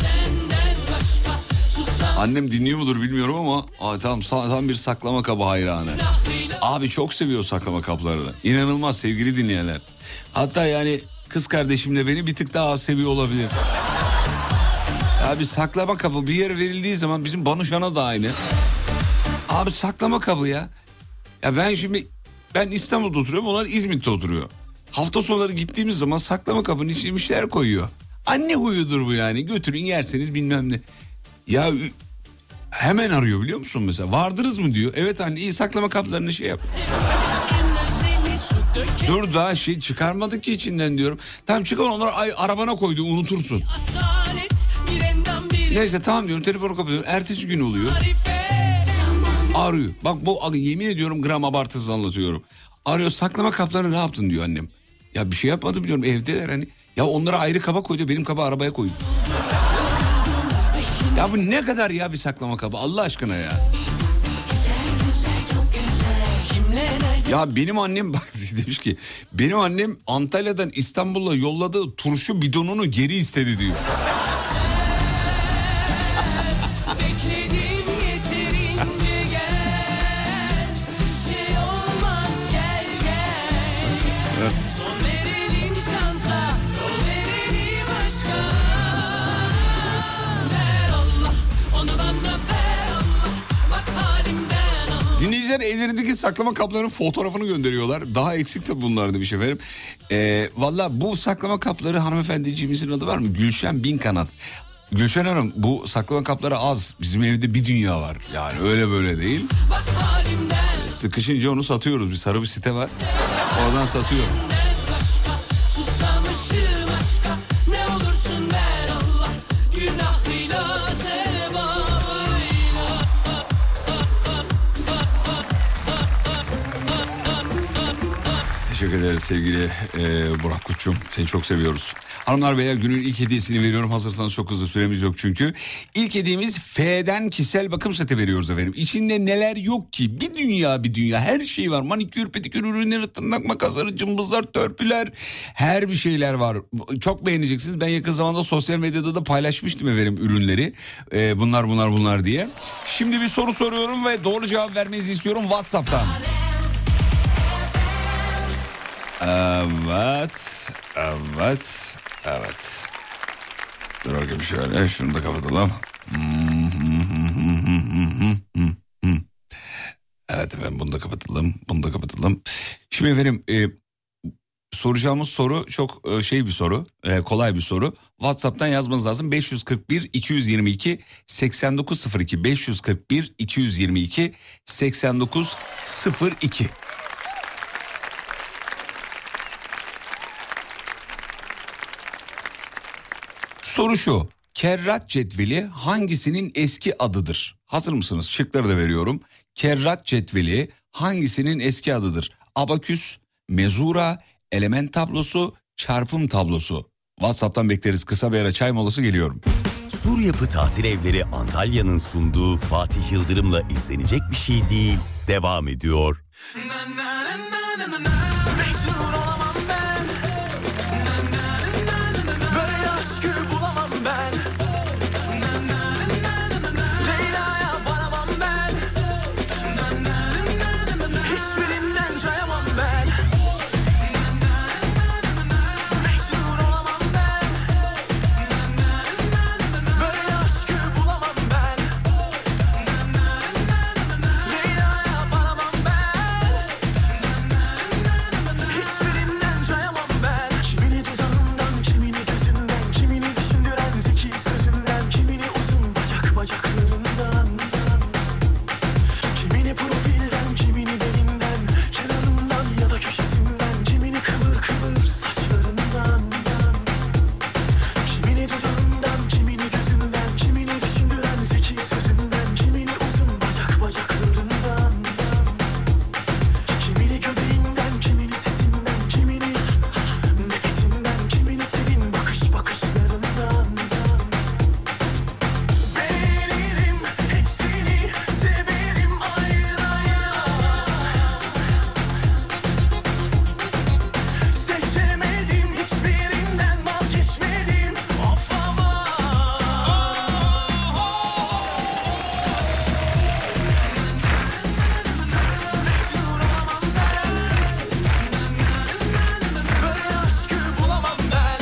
Annem dinliyor mudur bilmiyorum ama tam bir saklama kabı hayranı. Abi çok seviyor saklama kaplarını. İnanılmaz sevgili dinleyenler. Hatta yani kız kardeşimle beni bir tık daha az seviyor olabilir. Abi saklama kabı bir yere verildiği zaman bizim Banuşan'a da aynı. Abi saklama kabı ya. Ya ben İstanbul'da oturuyorum, onlar İzmit'te oturuyor. Hafta sonları gittiğimiz zaman saklama kabının içine bir şeyler koyuyor. Anne huyudur bu yani, götürün yerseniz bilmem ne. Ya hemen arıyor biliyor musun mesela, vardınız mı diyor. Evet anne iyi, saklama kaplarını şey yap. Dur daha şey çıkarmadık ki içinden diyorum. Tamam çıkar onları arabana koydu, unutursun. Neyse tamam diyorum, telefonu kapatıyorum. Ertesi gün oluyor. Arıyor. Bak bu yemin ediyorum gram abartısız anlatıyorum. Arıyor, saklama kaplarını ne yaptın diyor annem. Ya bir şey yapmadım diyorum, evdeler hani. Ya onları ayrı kaba koydu, benim kaba arabaya koydu. Ya bu ne kadar ya bir saklama kabı Allah aşkına ya. Ya benim annem bak demiş ki benim annem Antalya'dan İstanbul'a yolladığı turşu bidonunu geri istedi diyor. Dinleyiciler ellerindeki saklama kaplarının fotoğrafını gönderiyorlar. Daha eksik tabii bunlar demiş efendim. Valla bu saklama kapları hanımefendiciğimizin adı var mı? Gülşen Binkanat. Gülşen Hanım bu saklama kapları az. Bizim evde bir dünya var. Yani öyle böyle değil. Sıkışınca onu satıyoruz. Bir sarı bir site var. Oradan satıyorum. Teşekkür ederiz sevgili Burak Kutçum. Seni çok seviyoruz. Hanımlar beyler günün ilk hediyesini veriyorum. Hazırsanız çok hızlı, süremiz yok çünkü. İlk hediyemiz F'den kişisel bakım seti veriyoruz efendim. İçinde neler yok ki? Bir dünya her şey var. Manikür, pedikür ürünleri, tırnak makasları, cımbızlar, törpüler. Her bir şeyler var. Çok beğeneceksiniz. Ben yakın zamanda sosyal medyada da paylaşmıştım efendim ürünleri. Bunlar diye. Şimdi bir soru soruyorum ve doğru cevap vermenizi istiyorum WhatsApp'tan. Evet. Dur bakayım şöyle, şunu da kapatalım. Evet efendim, bunu da kapatalım. Şimdi efendim soracağımız soru çok bir soru, kolay bir soru. WhatsApp'tan yazmanız lazım. 541 222 8902 541 222 8902. Soru şu: Kerrat cetveli hangisinin eski adıdır? Hazır mısınız? Şıkları da veriyorum. Kerrat cetveli hangisinin eski adıdır? Abaküs, mezura, element tablosu, çarpım tablosu. WhatsApp'tan bekleriz. Kısa bir ara çay molası, geliyorum. Sur Yapı Tatil Evleri Antalya'nın sunduğu Fatih Yıldırım'la izlenecek bir şey değil devam ediyor. Mecnun olamam ben. Böyle aşkı bulamam ben. Leyla'ya varamam ben. Hiçbirinden cayamam ben. Mecnun olamam ben. Böyle aşkı bulamam ben. Leyla'ya varamam ben. Hiçbirinden cayamam ben. Kimini dudağından, kimini gözünden, kimini düşündüren zeki sözünden, kimini uzun bacaklarından, kimini profilden, kimini belinden, kenarından ya da köşesinden, kimini kıvır saçlarından, kimini dudağından, kimini gözünden, kimini düşündüren zeki sözünden, kimini uzun bacaklarından, kimini göbeğinden, kimini sesinden, kimini nefesinden, kimini sevin bakışlarından. Beğenirim hepsini, severim ayrı seçemedim, hiçbirinden vazgeçmedim. Of ama mecnun olamam ben. Böyle aşkı bulamam ben.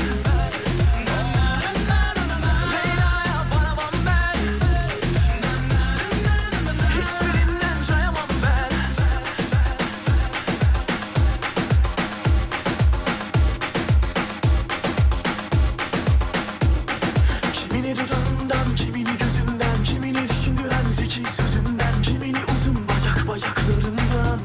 Leyla'ya varamam ben. Hiçbirinden cayamam ben. Kimini dudağından, kimini gözünden, kimini düşündüren zeki sözünden, kimini uzun bacaklarından,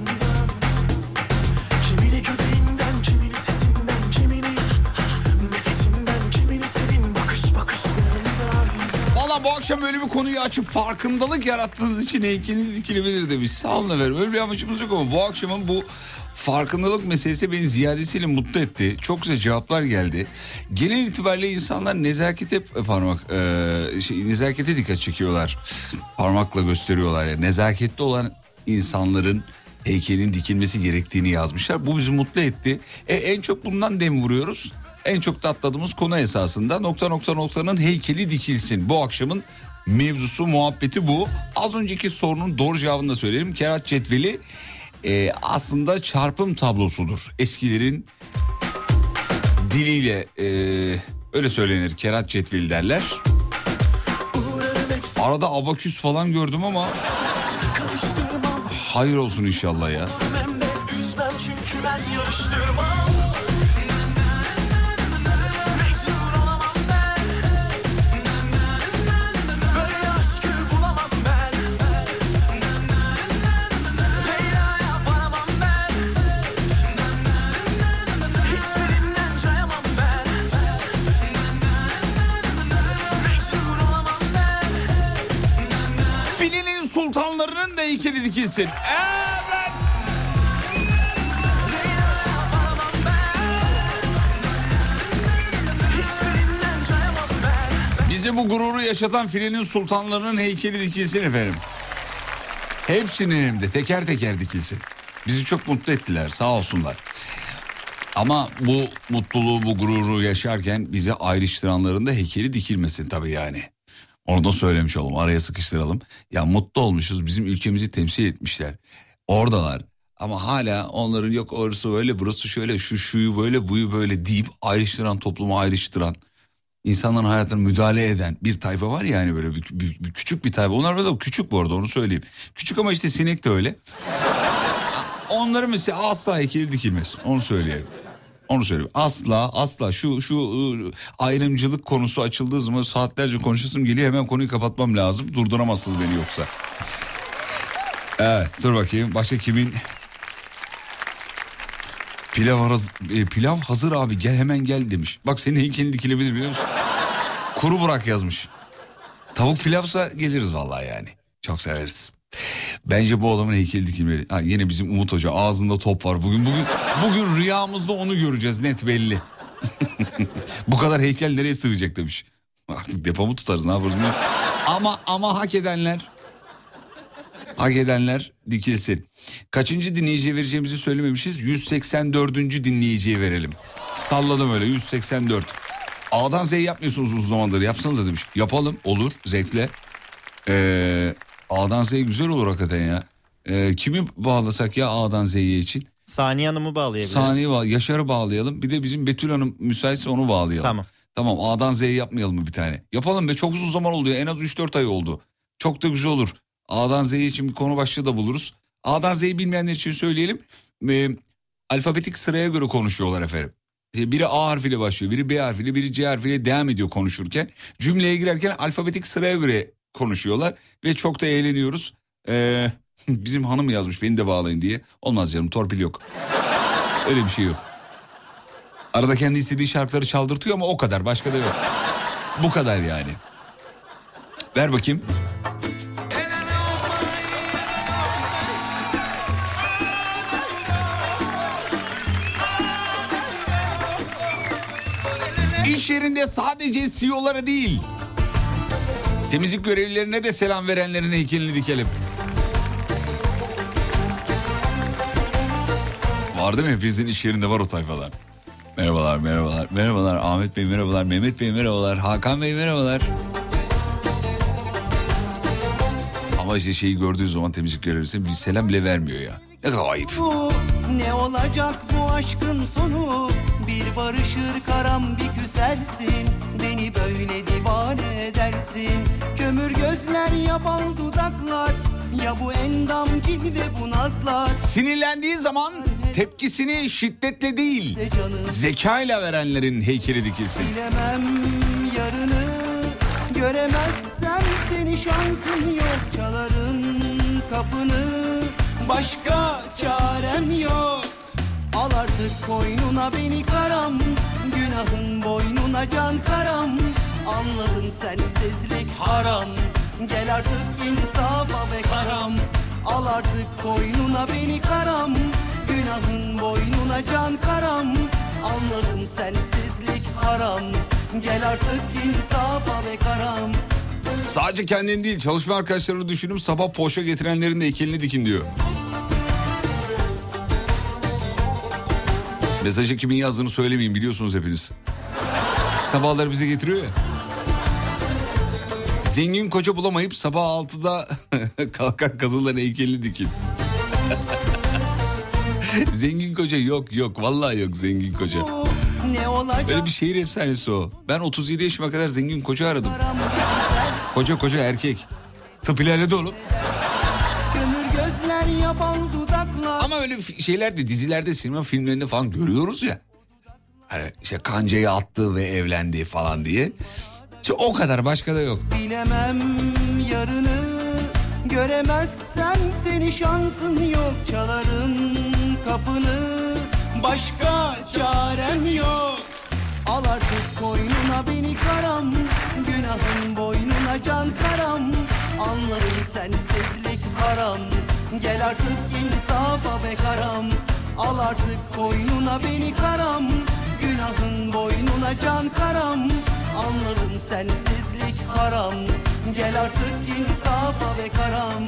kimini göbeğinden, kimini sesinden, kimini nefesinden, kimini sevin bakışlarından. Valla bu akşam böyle bir konuyu açıp farkındalık yarattığınız için heykeliniz dikilebilir demiş. Sağ olun efendim. Öyle bir amacımız yok ama bu akşamın bu farkındalık meselesi beni ziyadesiyle mutlu etti. Çok güzel cevaplar geldi. Genel itibariyle insanlar nezakete nezakete dikkat çekiyorlar. Parmakla gösteriyorlar ya. Nezaketli olan insanların heykelin dikilmesi gerektiğini yazmışlar. Bu bizi mutlu etti. En çok bundan dem vuruyoruz. En çok da atladığımız konu esasında noktanın heykeli dikilsin. Bu akşamın mevzusu, muhabbeti bu. Az önceki sorunun doğru cevabını da söyleyelim. Kerat cetveli aslında çarpım tablosudur. Eskilerin diliyle öyle söylenir. Kerat cetveli derler. Arada abaküs falan gördüm ama hayır olsun inşallah ya. Hem de üzmem çünkü ben yarıştırmam. Mecnun olamam ben. Böyle aşkı bulamam ben. Leyla'ya varamam ben. Hiçbirinden cayamam ben. Mecnun olamam ben. Filinin sultanlarının da heykeli dikilsin. Evet. Hiçbirinden cayamam ben. Bize bu gururu yaşatan filinin sultanlarının heykeli dikilsin efendim. Hepsinin hem de teker teker dikilsin. Bizi çok mutlu ettiler, sağ olsunlar. Ama bu mutluluğu, bu gururu yaşarken bizi ayrıştıranların da heykeli dikilmesin tabii yani. Onu da söylemiş olalım, araya sıkıştıralım. Ya mutlu olmuşuz, bizim ülkemizi temsil etmişler. Oradalar ama hala onların yok orası öyle, burası şöyle, şuyu böyle, buyu böyle deyip ayrıştıran, toplumu ayrıştıran, insanların hayatına müdahale eden bir tayfa var ya, yani böyle bir küçük bir tayfa. Onlar böyle küçük bu arada, onu söyleyeyim. Küçük ama işte sinek de öyle. Onların mesela asla heykeli dikilmez, onu söyleyeyim. Onu söyleyeyim. Asla şu ayrımcılık konusu açıldığı zaman saatlerce konuşasım geliyor, hemen konuyu kapatmam lazım. Durduramazsınız beni yoksa. Evet, dur bakayım başka kimin? Pilav hazır abi, gel hemen gel demiş. Bak senin heykelin dikilebilir biliyor musun? Kuru bırak yazmış. Tavuk pilavsa geliriz vallahi yani. Çok severiz. Bence bu adamın heykeli dikilmeli. Yine bizim Umut Hoca, ağzında top var bugün rüyamızda onu göreceğiz, net belli. Bu kadar heykel nereye sığacak demiş. Artık depomu tutarız, ne yaparız bilmiyorum. Ama hak edenler dikilsin. Kaçıncı dinleyiciye vereceğimizi söylememişiz. 184. dinleyiciye verelim. Salladım öyle, 184. A'dan Z'yi yapmıyorsunuz uzun zamandır. Yapsanıza demiş. Yapalım, olur, zevkle. A'dan Z güzel olur hakikaten ya. Kimi bağlasak ya A'dan Z'ye için? Saniye Hanım'ı bağlayabiliriz. Yaşar'ı bağlayalım. Bir de bizim Betül Hanım müsaitse onu bağlayalım. Tamam, A'dan Z'ye yapmayalım mı bir tane? Yapalım be, çok uzun zaman oldu ya. En az 3-4 ay oldu. Çok da güzel olur. A'dan Z'ye için bir konu başlığı da buluruz. A'dan Z'yi bilmeyenler için söyleyelim. Alfabetik sıraya göre konuşuyorlar efendim. Biri A harfiyle başlıyor, biri B harfiyle, biri C harfiyle devam ediyor konuşurken. Cümleye girerken alfabetik sıraya göre konuşuyorlar ve çok da eğleniyoruz. Bizim hanım yazmış beni de bağlayın diye. Olmaz canım, torpil yok. Öyle bir şey yok. Arada kendi istediği şarkıları çaldırtıyor ama o kadar, başka da yok. Bu kadar yani. Ver bakayım. İş yerinde sadece CEO'lara değil, temizlik görevlilerine de selam verenlerin heykelini dikelim. Var değil mi? Hepinizin iş yerinde var o tayfalar. Merhabalar. Ahmet Bey merhabalar. Mehmet Bey merhabalar. Hakan Bey merhabalar. Ama işte şeyi gördüğü zaman temizlik görevlisi bir selam bile vermiyor ya. Ne kadar ayıp. Ne olacak bu aşkın sonu? Bir barışır karam bir küsersin. Beni böyle divane edersin. Kömür gözler ya bal dudaklar. Ya bu endam cilve bu nazlar. Sinirlendiği zaman tepkisini şiddetle değil, zekayla verenlerin heykeli dikilsin. Bilemem yarını, göremezsem seni şansın yok. Çalarım kapını, başka çarem yok. Al artık koynuna beni karam, günahın boynuna can karam. Anladım sensizlik haram, gel artık insafa be karam. Al artık koynuna beni karam, günahın boynuna can karam. Anladım sensizlik haram, gel artık insafa be karam. Sadece kendini değil, çalışma arkadaşlarını düşünüp sabah poğaça getirenlerin de heykelini dikin diyor. Mesajı kimin yazdığını söylemeyeyim, biliyorsunuz hepiniz. Sabahları bize getiriyor ya. Zengin koca bulamayıp sabah 6'da kalkan kadınların heykelini dikin. Zengin koca yok vallahi yok zengin koca. Böyle bir şehir efsanesi o. Ben 37 yaşıma kadar zengin koca aradım. Koca erkek. Tıp ilerledi oğlum. Ama öyle şeyler de dizilerde, sinema filmlerinde falan görüyoruz ya. Hani işte kancayı attı ve evlendi falan diye. İşte o kadar, başka da yok. Bilemem yarını, göremezsem seni şansın yok. Çalarım kapını, başka çarem yok. Al artık koynuna beni karam, günahın boynuna can karam. Anlarım sensizlik haram, gel artık insafa be karam. Al artık koynuna beni karam, günahın boynuna can karam. Anladım sensizlik haram, gel artık insafa be karam.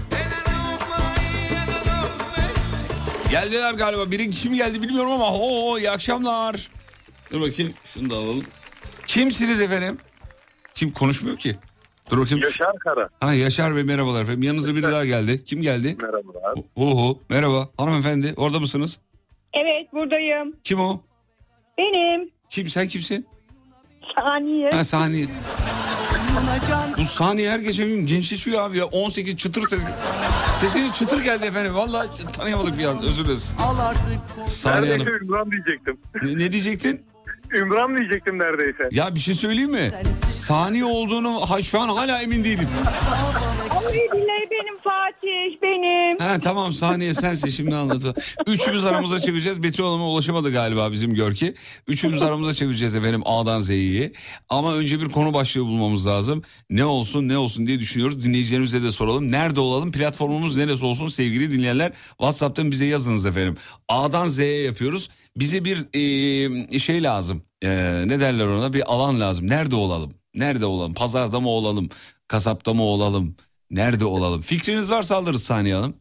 Geldiler galiba. Biri kim geldi bilmiyorum ama iyi akşamlar. Dur bakayım, şunu da alalım. Kimsiniz efendim? Kim konuşmuyor ki? Dur bakayım. Yaşar Kara. Ha, Yaşar Bey merhabalar efendim. Yanınıza biri daha geldi. Kim geldi? Merhabalar. Merhaba hanımefendi, orada mısınız? Evet, buradayım. Kim o? Benim. Sen kimsin? Saniye. Ha, Saniye. Bu Saniye her geçen gün gençleşiyor abi ya. 18 çıtır ses. Sesiniz çıtır geldi efendim. Vallahi tanıyamadık bir an, özür dileriz. Saniye Hanım. Neredeyse Ümran diyecektim. Ne diyecektin? Ümran diyecektim neredeyse. Ya bir şey söyleyeyim mi? Saniye olduğunu şu an hala emin değilim. Vallahi billahi benim Fatih benim. Ha tamam, Saniye sensin, şimdi anladım. Üçümüz aramıza çevireceğiz. Betül Hanım'a ulaşamadı galiba bizim Görki. Üçümüz aramıza çevireceğiz efendim A'dan Z'yi. Ama önce bir konu başlığı bulmamız lazım. Ne olsun diye düşünüyoruz. Dinleyicilerimize de soralım. Nerede olalım? Platformumuz neresi olsun sevgili dinleyenler? WhatsApp'tan bize yazınız efendim. A'dan Z'ye yapıyoruz. Bize bir şey lazım. Ne derler ona? Bir alan lazım. Nerede olalım? Nerede olalım? Pazarda mı olalım? Kasapta mı olalım? Nerede olalım? Fikriniz varsa alırız Saniye Hanım.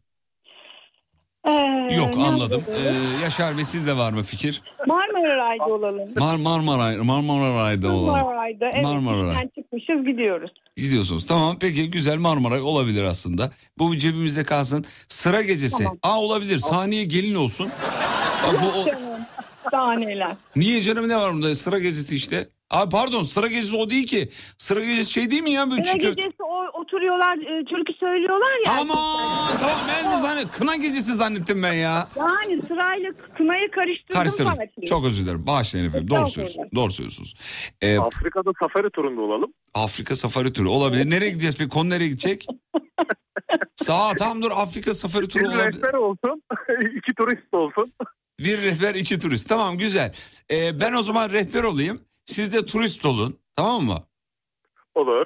Yok, anladım. Yaşar Bey, sizde var mı fikir? Marmaray'da olalım. Marmaray'da olalım. Marmaray'da. Evet. Marmaray. Bizden çıkmışız gidiyoruz. Gidiyorsunuz. Tamam, peki, güzel, Marmaray olabilir aslında. Bu cebimizde kalsın. Sıra gecesi. Tamam. Olabilir. Saniye gelin olsun. Bak, Canım. Daha neler. Niye canım, ne var bunda? Sıra gecesi işte. Abi pardon, sıra gecesi o değil ki. Sıra gecesi şey değil mi ya? Böyle Kına gecesi oturuyorlar, türkü söylüyorlar ya. Aman tamam, ben de kına gecesi zannettim ben ya. Yani sırayla kınayı karıştırdım. Fatih. Çok özür dilerim. Bağışlayın efendim. Doğru söylüyorsunuz. Doğru söylüyorsunuz. Afrika'da safari turunda olalım. Afrika safari turu olabilir. Nereye gideceğiz peki? Konu nereye gidecek? Tamam dur, Afrika safari turu Bir olabilir. rehber olsun, 2 turist olsun. Bir rehber, 2 turist. Tamam, güzel. Ben o zaman rehber olayım. Siz de turist olun. Tamam mı? Olur.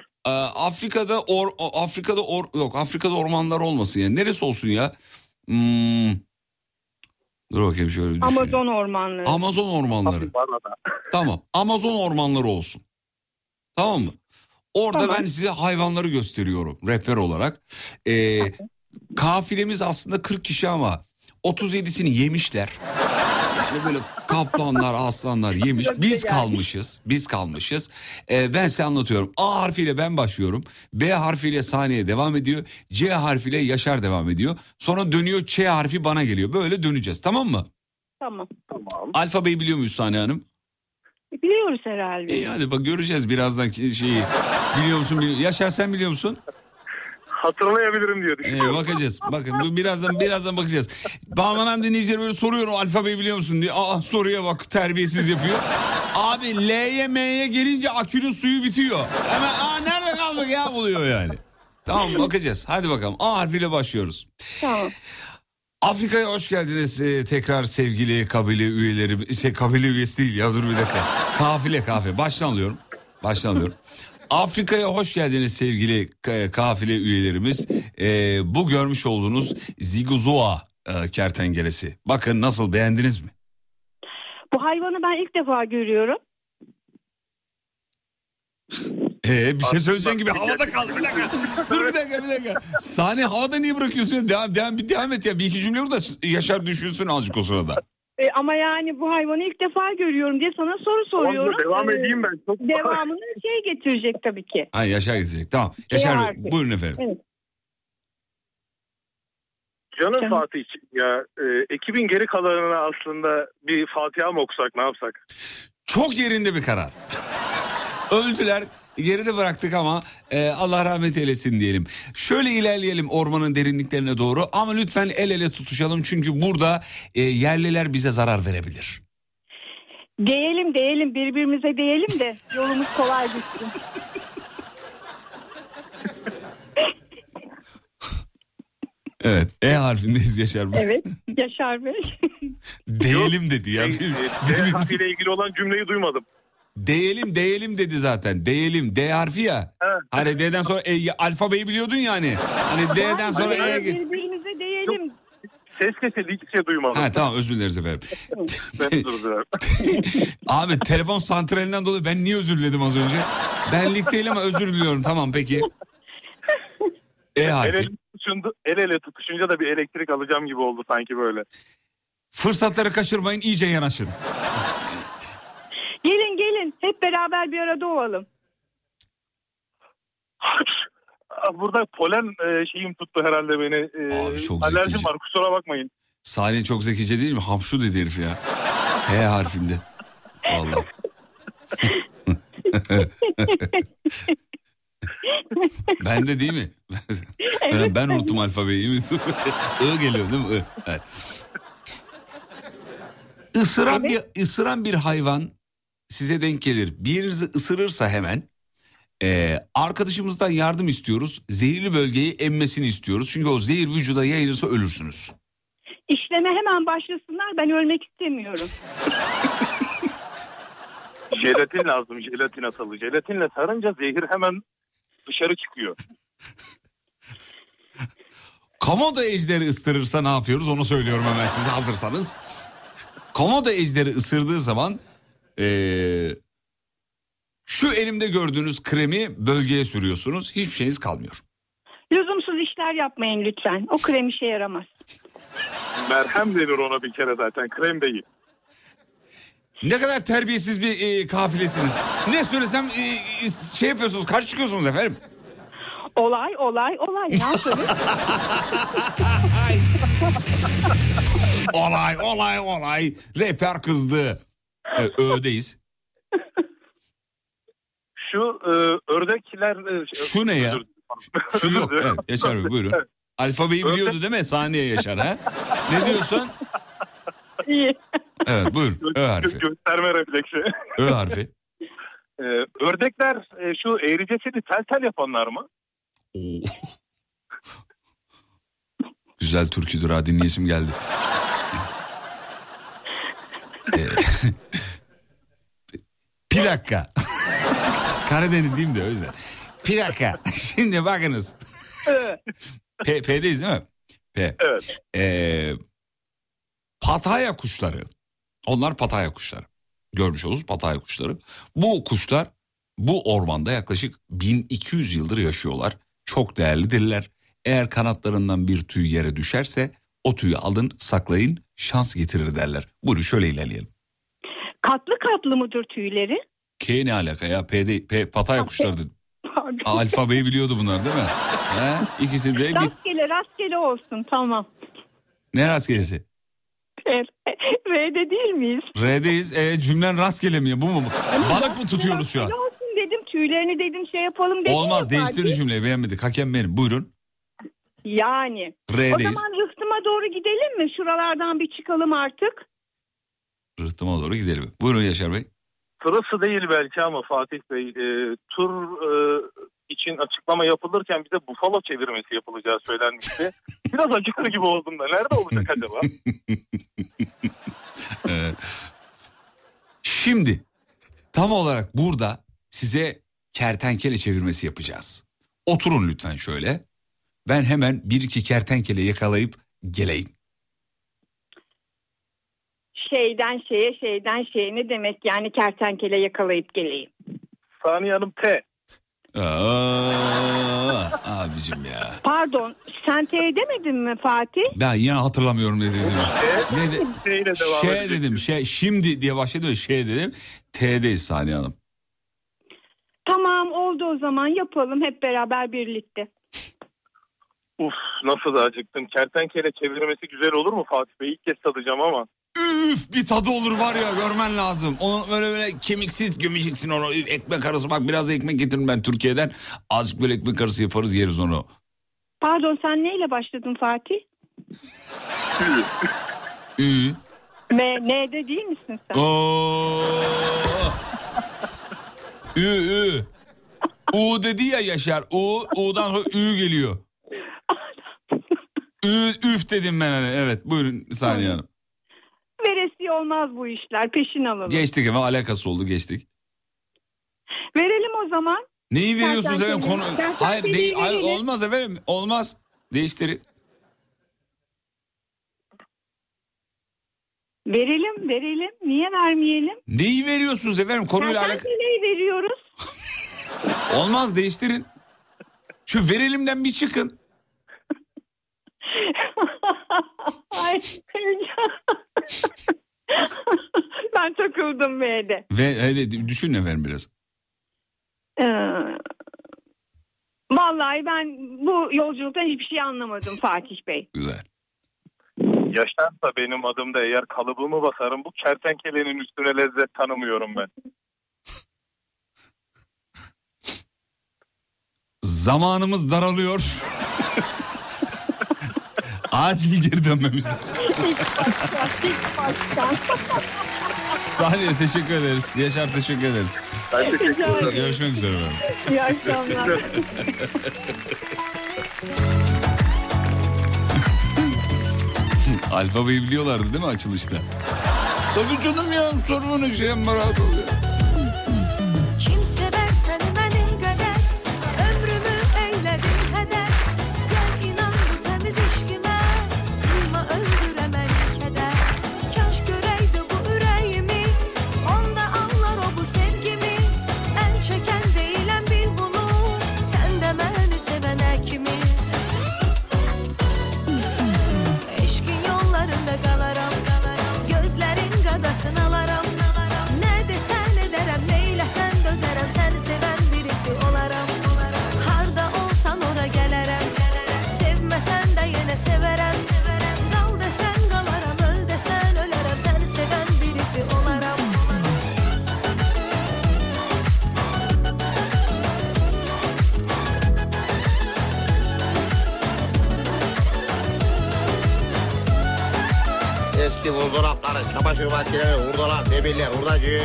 Afrika'da ormanlar olmasın yani. Neresi olsun ya? Dur bakayım, şöyle bir düşüneyim. Amazon ormanları. Amazon ormanları. Tamam. Amazon ormanları olsun. Tamam mı? Orada Tamam. ben size hayvanları gösteriyorum rehber olarak. Kafilemiz aslında 40 kişi ama 37'sini yemişler. Yani böyle kaplanlar, aslanlar yemiş. Biz kalmışız. Ben size anlatıyorum. A harfiyle ben başlıyorum. B harfiyle Saniye devam ediyor. C harfiyle Yaşar devam ediyor. Sonra dönüyor, Ç harfi bana geliyor. Böyle döneceğiz, tamam mı? Tamam. Alfabeyi biliyor muyuz Saniye Hanım? Biliyoruz herhalde. Hadi bak, göreceğiz birazdan şeyi. Biliyor musun? Yaşar, sen biliyor musun? Hatırlayabilirim diye düşünüyorum. Bakacağız. Bakın birazdan bakacağız. Bağlanan dinleyiciler böyle soruyorum, alfabeyi biliyor musun diye. Soruya bak, terbiyesiz yapıyor. Abi L'ye M'ye gelince akünün suyu bitiyor. Hemen nerede kaldık ya buluyor yani. Tamam, bakacağız. Hadi bakalım. A harfiyle başlıyoruz. Tamam. Afrika'ya hoş geldiniz tekrar sevgili kabile üyeleri. Kabile üyesi değil ya, dur bir dakika. Kafile. Baştan alıyorum. Afrika'ya hoş geldiniz sevgili kafile üyelerimiz. Bu görmüş olduğunuz Ziguzua kertenkelesi. Bakın nasıl, beğendiniz mi? Bu hayvanı ben ilk defa görüyorum. Bir şey söyleyeceğin gibi havada kaldı. Bir dakika. Dur bir dakika. Saniye, havada niye bırakıyorsun? Devam et ya. Bir iki cümle orada Yaşar düşünsün azıcık o sırada. Ama yani bu hayvanı ilk defa görüyorum diye sana soru soruyorum. Devam edeyim ben. Çok... Devamını getirecek tabii ki. Yaşar getirecek. Tamam. Yaşar Bey, buyurun efendim. Evet. Canım Fatih, ya ekibin geri kalanına aslında bir Fatiha mı okusak, ne yapsak? Çok yerinde bir karar. Öldüler, geride bıraktık ama Allah rahmet eylesin diyelim. Şöyle ilerleyelim ormanın derinliklerine doğru ama lütfen el ele tutuşalım çünkü burada yerliler bize zarar verebilir. Değelim birbirimize değelim de yolumuz kolay gitsin. Evet, E harfindeyiz Yaşar Bey. Evet, Yaşar Bey. Değelim dedi ya. D harfiyle ilgili olan cümleyi duymadım. Değelim dedi zaten. Değelim, D harfi ya. Evet. Hani D'den sonra alfabeyi biliyordun yani. Hani D'den sonra E'ye git. Birbirimize değelim. Ses kesildi, hiçbir şey duymadım. Tamam, özür dileriz efendim. Ben özür dilerim. Abi telefon santralinden dolayı ben niye özür diledim az önce? Benlik değil ama özür diliyorum. Tamam peki. E harfi. El ele tutuşunca da bir elektrik alacağım gibi oldu sanki böyle. Fırsatları kaçırmayın, iyice yanaşın. Gelin hep beraber bir arada olalım. Burada polen şeyim tuttu herhalde beni. Abi çok alerjim zekice. var, kusura bakmayın. Salih çok zekice değil mi? Hamşu dedi herif ya. H harfinde. Vallahi. Ben de değil mi? Evet. Ben unuttum alfabeyi. I geliyor değil mi? I. Evet. Isıran bir hayvan size denk gelir. Bir yerinizi ısırırsa hemen Arkadaşımızdan yardım istiyoruz. Zehirli bölgeyi emmesini istiyoruz. Çünkü o zehir vücuda yayılırsa ölürsünüz. İşleme hemen başlasınlar. Ben ölmek istemiyorum. Jelatin lazım, jelatin asalı. Jelatinle sarınca zehir hemen dışarı çıkıyor. Komodo ejderi ısırırsa ne yapıyoruz onu söylüyorum hemen size hazırsanız. Komodo ejderi ısırdığı zaman şu elimde gördüğünüz kremi bölgeye sürüyorsunuz. Hiçbir şeyiniz kalmıyor. Lüzumsuz işler yapmayın lütfen. O krem işe yaramaz. Merhem denir ona bir kere zaten, krem değil. Ne kadar terbiyesiz bir kafilesiniz. Ne söylesem şey yapıyorsunuz, karşı çıkıyorsunuz efendim. Olay. Ne yapalım? Olay. Reper kızdı. Ö'deyiz. Şu ördekler... Şu ne ya? Şu yok. Evet, Yaşar Bey buyurun. Alfabeyi biliyordu değil mi? Saniye Yaşar ha? Ne diyorsun? İyi. Evet buyurun. Ö harfi. Gösterme refleksi. Ö harfi. Ördekler şu eğricesini tel yapanlar mı? Oo. Güzel türküdür ha, dinleyesim geldi. Bir dakika. Karadenizliyim de o yüzden. Bir dakika. Şimdi bakınız. P'deyiz değil mi? P. Evet. Pataya kuşları. Onlar pataya kuşları. Görmüş oluruz pataya kuşları. Bu kuşlar bu ormanda yaklaşık 1200 yıldır yaşıyorlar. Çok değerlidirler. Eğer kanatlarından bir tüy yere düşerse o tüyü alın saklayın şans getirir derler. Buyurun şöyle ilerleyelim. Katlı mıdır tüyleri? K ne alaka ya? Pataya kuşları dedim. Pardon. Alfabeyi biliyordu bunlar değil mi? İkisi de... Rastgele olsun tamam. Ne rastgelesi? R'de değil miyiz? R'deyiz. Cümlen rastgele mi? Bu mu? Balık mı tutuyoruz şu an? Olsun dedim, tüylerini dedim şey yapalım dedim. Olmaz, değiştirin cümleyi, beğenmedik. Hakem benim. Buyurun. Yani. R'deyiz. O zaman rıhtıma doğru gidelim mi? Şuralardan bir çıkalım artık. Rıhtıma doğru gidelim. Buyurun Yaşar Bey. Sırası değil belki ama Fatih Bey, tur için açıklama yapılırken bize bufalo çevirmesi yapılacağı söylenmişti. Biraz acıkır gibi oldum da. Nerede olacak acaba? Şimdi tam olarak burada size kertenkele çevirmesi yapacağız. Oturun lütfen şöyle. Ben hemen bir iki kertenkele yakalayıp geleyim. Şeyden şeye ne demek yani kertenkele yakalayıp geleyim? Saniye Hanım T. Abicim ya. Pardon, sen T demedin mi Fatih? Ben yine hatırlamıyorum ne dedim. Şey dedim. Şimdi diye başladı ve dedim. T'deyiz Saniye Hanım. Tamam oldu o zaman yapalım hep beraber birlikte. Uf nasıl da acıktım. Kertenkele çevirmesi güzel olur mu Fatih Bey? İlk kez tadacağım ama. Üf bir tadı olur var ya, görmen lazım. Onu böyle kemiksiz gömeceksin onu. Ekmek arası, bak biraz da ekmek getirin ben Türkiye'den. Azıcık böyle ekmek arası yaparız, yeriz onu. Pardon sen neyle başladın Fatih? Ü. N'de değil misin sen? Ü. U dedi ya Yaşar. U'dan sonra Ü geliyor. Üf dedim ben hani. Evet buyurun Saniye Hanım. Veresi olmaz bu işler, peşin alalım. Geçtik ama alakası oldu, geçtik. Verelim o zaman. Neyi veriyorsunuz efendim? Hayır olmaz efendim, olmaz. Değiştirin. Verelim. Niye vermeyelim? Neyi veriyorsunuz efendim? Konuyla alakalı. Neyi veriyoruz? Olmaz, değiştirin. Şu verelimden bir çıkın. Ay, ben takıldım V'de. Hadi düşün efendim biraz. Vallahi ben bu yolculuktan hiçbir şey anlamadım Fatih Bey. Güzel. Yaşarsa benim adımda eğer kalıbımı basarım, bu kertenkelenin üstüne lezzet tanımıyorum ben. Zamanımız daralıyor. Acil geri dönmemiz lazım. Saniye teşekkür ederiz. Yaşar teşekkür ederiz. Ben teşekkür ederim. Görüşmek üzere efendim. İyi akşamlar. Alfabeyi biliyorlardı değil mi açılışta? Tabii canım ya, sorunun şeyim var rahat ol ya. Kim sever seni benim kadar, ömrümü eyledin heder. Gel inan bu temiz işkime, duyma öldüremem keder. Kaş göreydi bu yüreğimi, onda anlar o bu sevgimi. El çeken değilim bil bunu, sen de beni sevene kimi. Eşkin yollarında kalarım, gözlerin gadasını alaram. Ne desen ederim, neylesen dözerem, seni seven birisi olaram. Harda olsan ora gelirim, sevmesen de yine severem. Kal desen kalarım, öl desen ölerim, seni seven birisi olaram. Eski buzdolapları, çamaşır makineleri, hurdalar, demirler, hurdacı.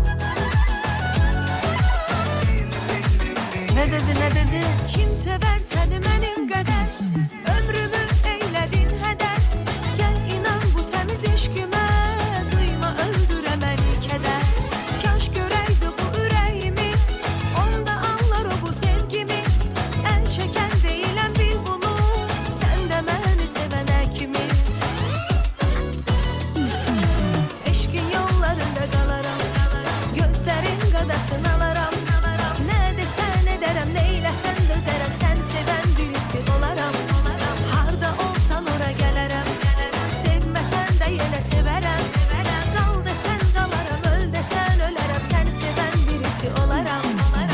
Ne dedi? Kim sever seni benim kadar, ömrümü eyledin heder. Gel inan bu temiz işkime, duyma öldüremem keder. Kaş göreydi bu yüreğimi, onda anlar o bu sevgimi. El çeken değilim bil bunu, sen de beni sevene kimi. Eşkin yollarında kalarım, gözlerin gadasını alaram. Ne desen ederim, neylesen dözerem, sen seven birisi olaram. Harda olsan ora gelirim, sevmesen de yine severem. Kal desen kalarım, öl desen ölerim, seni seven birisi olaram.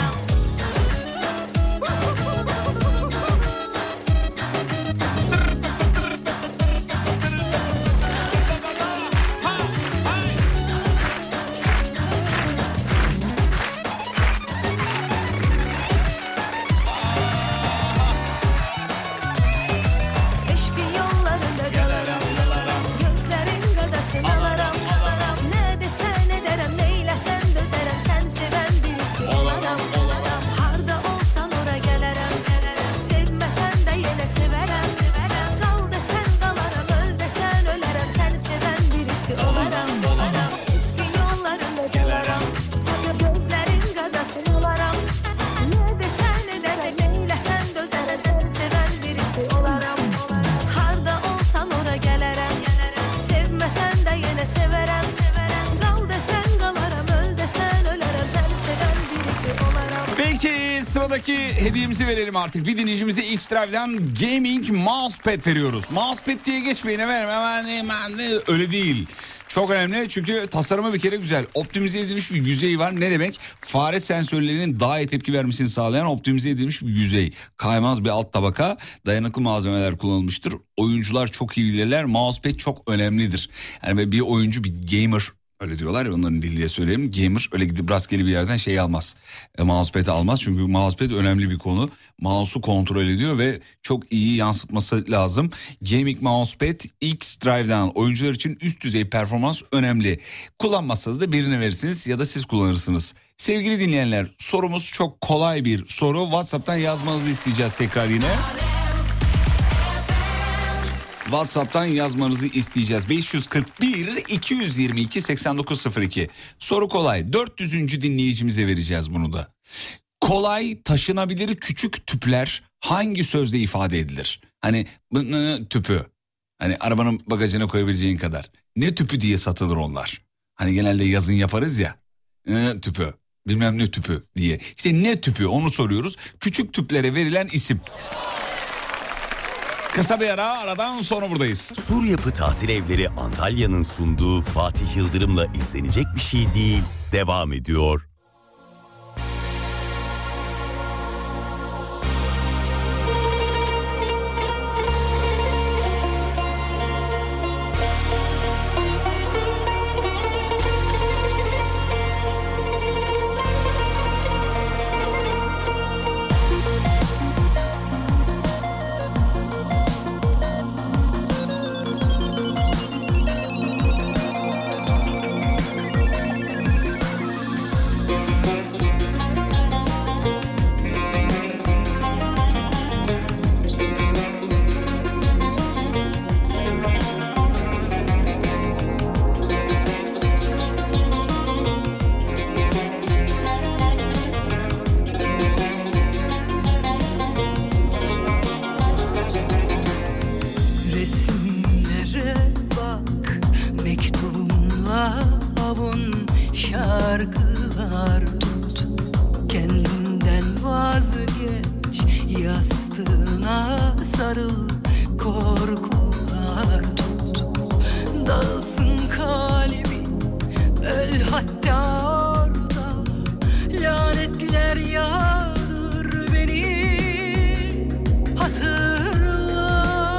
Eşkin yollarında kalarım, gözlerin gadasını alaram. Ne desen ederim, neylesen dözerem, sen seven birisi olaram. Harda olsan ora gelirim, sevmesen de yine severem. Kal desen kalarım, öl desen ölerim, seni seven birisi olaram. Eşkin yollarında kalarım, gözlerin gadasını alaram. Ne desen ederim, neylesen dözerem, sen seven birisi olaram. Harda olsan ora gelirim, sevmesen de yine severem. Kal desen kalarım, öl desen ölerim, seni seven birisi olaram. Peki sıradaki hediyemizi verelim artık. Bir dinleyicimize X-Drive'den Gaming Mousepad veriyoruz. Mousepad diye geçmeyin hemen öyle değil. Çok önemli çünkü tasarımı bir kere güzel. Optimize edilmiş bir yüzey var. Ne demek? Fare sensörlerinin daha iyi tepki vermesini sağlayan optimize edilmiş bir yüzey. Kaymaz bir alt tabaka, dayanıklı malzemeler kullanılmıştır. Oyuncular çok iyi bilirler. Mousepad çok önemlidir. Yani bir oyuncu, bir gamer, öyle diyorlar ya, onların diliyle söyleyeyim. Gamer öyle gidip rastgele bir yerden şey almaz. Mousepad'i almaz çünkü mousepad önemli bir konu. Mouse'u kontrol ediyor ve çok iyi yansıtması lazım. Gaming Mousepad X-Drive'dan oyuncular için üst düzey performans önemli. Kullanmazsanız da birine verirsiniz ya da siz kullanırsınız. Sevgili dinleyenler, sorumuz çok kolay bir soru. WhatsApp'tan yazmanızı isteyeceğiz tekrar yine. WhatsApp'tan yazmanızı isteyeceğiz. 541-222-8902. Soru kolay. 400. dinleyicimize vereceğiz bunu da. Kolay taşınabilir küçük tüpler hangi sözle ifade edilir? Hani tüpü. Hani arabanın bagajına koyabileceğin kadar. Ne tüpü diye satılır onlar. Hani genelde yazın yaparız ya. Tüpü. Bilmem ne tüpü diye. İşte ne tüpü onu soruyoruz. Küçük tüplere verilen isim. Kısa bir aradan sonra buradayız. Sur Yapı Tatil Evleri Antalya'nın sunduğu Fatih Yıldırım'la izlenecek bir şey değil devam ediyor. Yastığına sarıl, korkular tut. Dağılsın kalbim, öl hatta orada. Lanetler yağdır beni hatırla.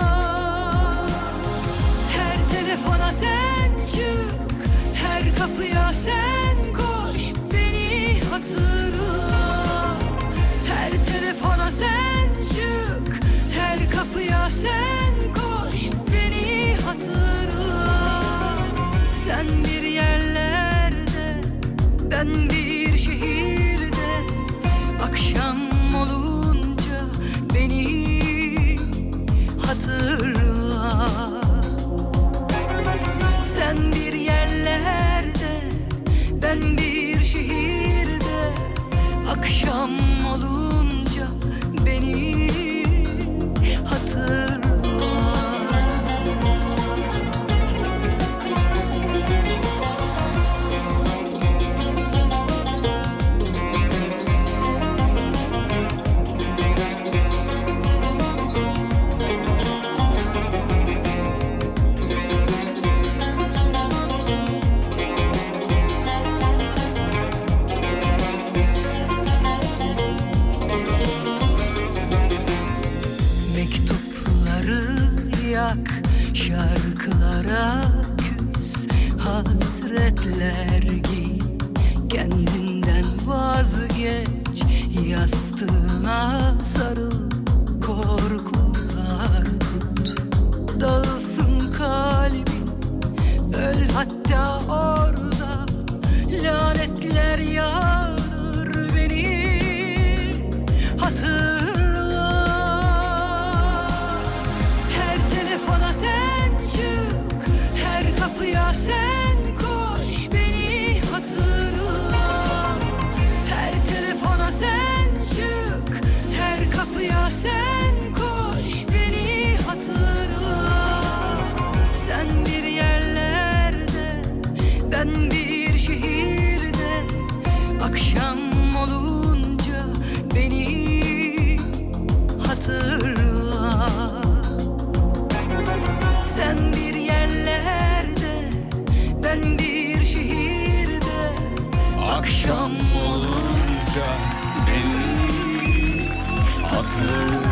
Her telefona sen çık, her kapıya sen koş, beni hatırla. Her telefona sen çık, her kapıya sen koş, beni hatırla. Sen bir yerlerde, ben bir şehirde. Akşam olunca beni hatırla. Sen bir yerlerde, ben bir şehirde. Akşam olunca beni hatırla. Mektupları yak, şarkılara küs, hasretler giy, kendinden vazgeç, yastığına sarıl, korkular tut. Dağılsın kalbim, öl hatta orada. Lanetler yağdır beni hatırla. Her telefona sen çık, her kapıya sen koş, beni hatırla. Her telefona sen çık, her kapıya sen koş, beni hatırla. Sen bir yerlerde, ben bir şehirde. Akşam olunca beni hatırla. Sen bir yerlerde, ben bir şehirde. Akşam olunca beni hatırla.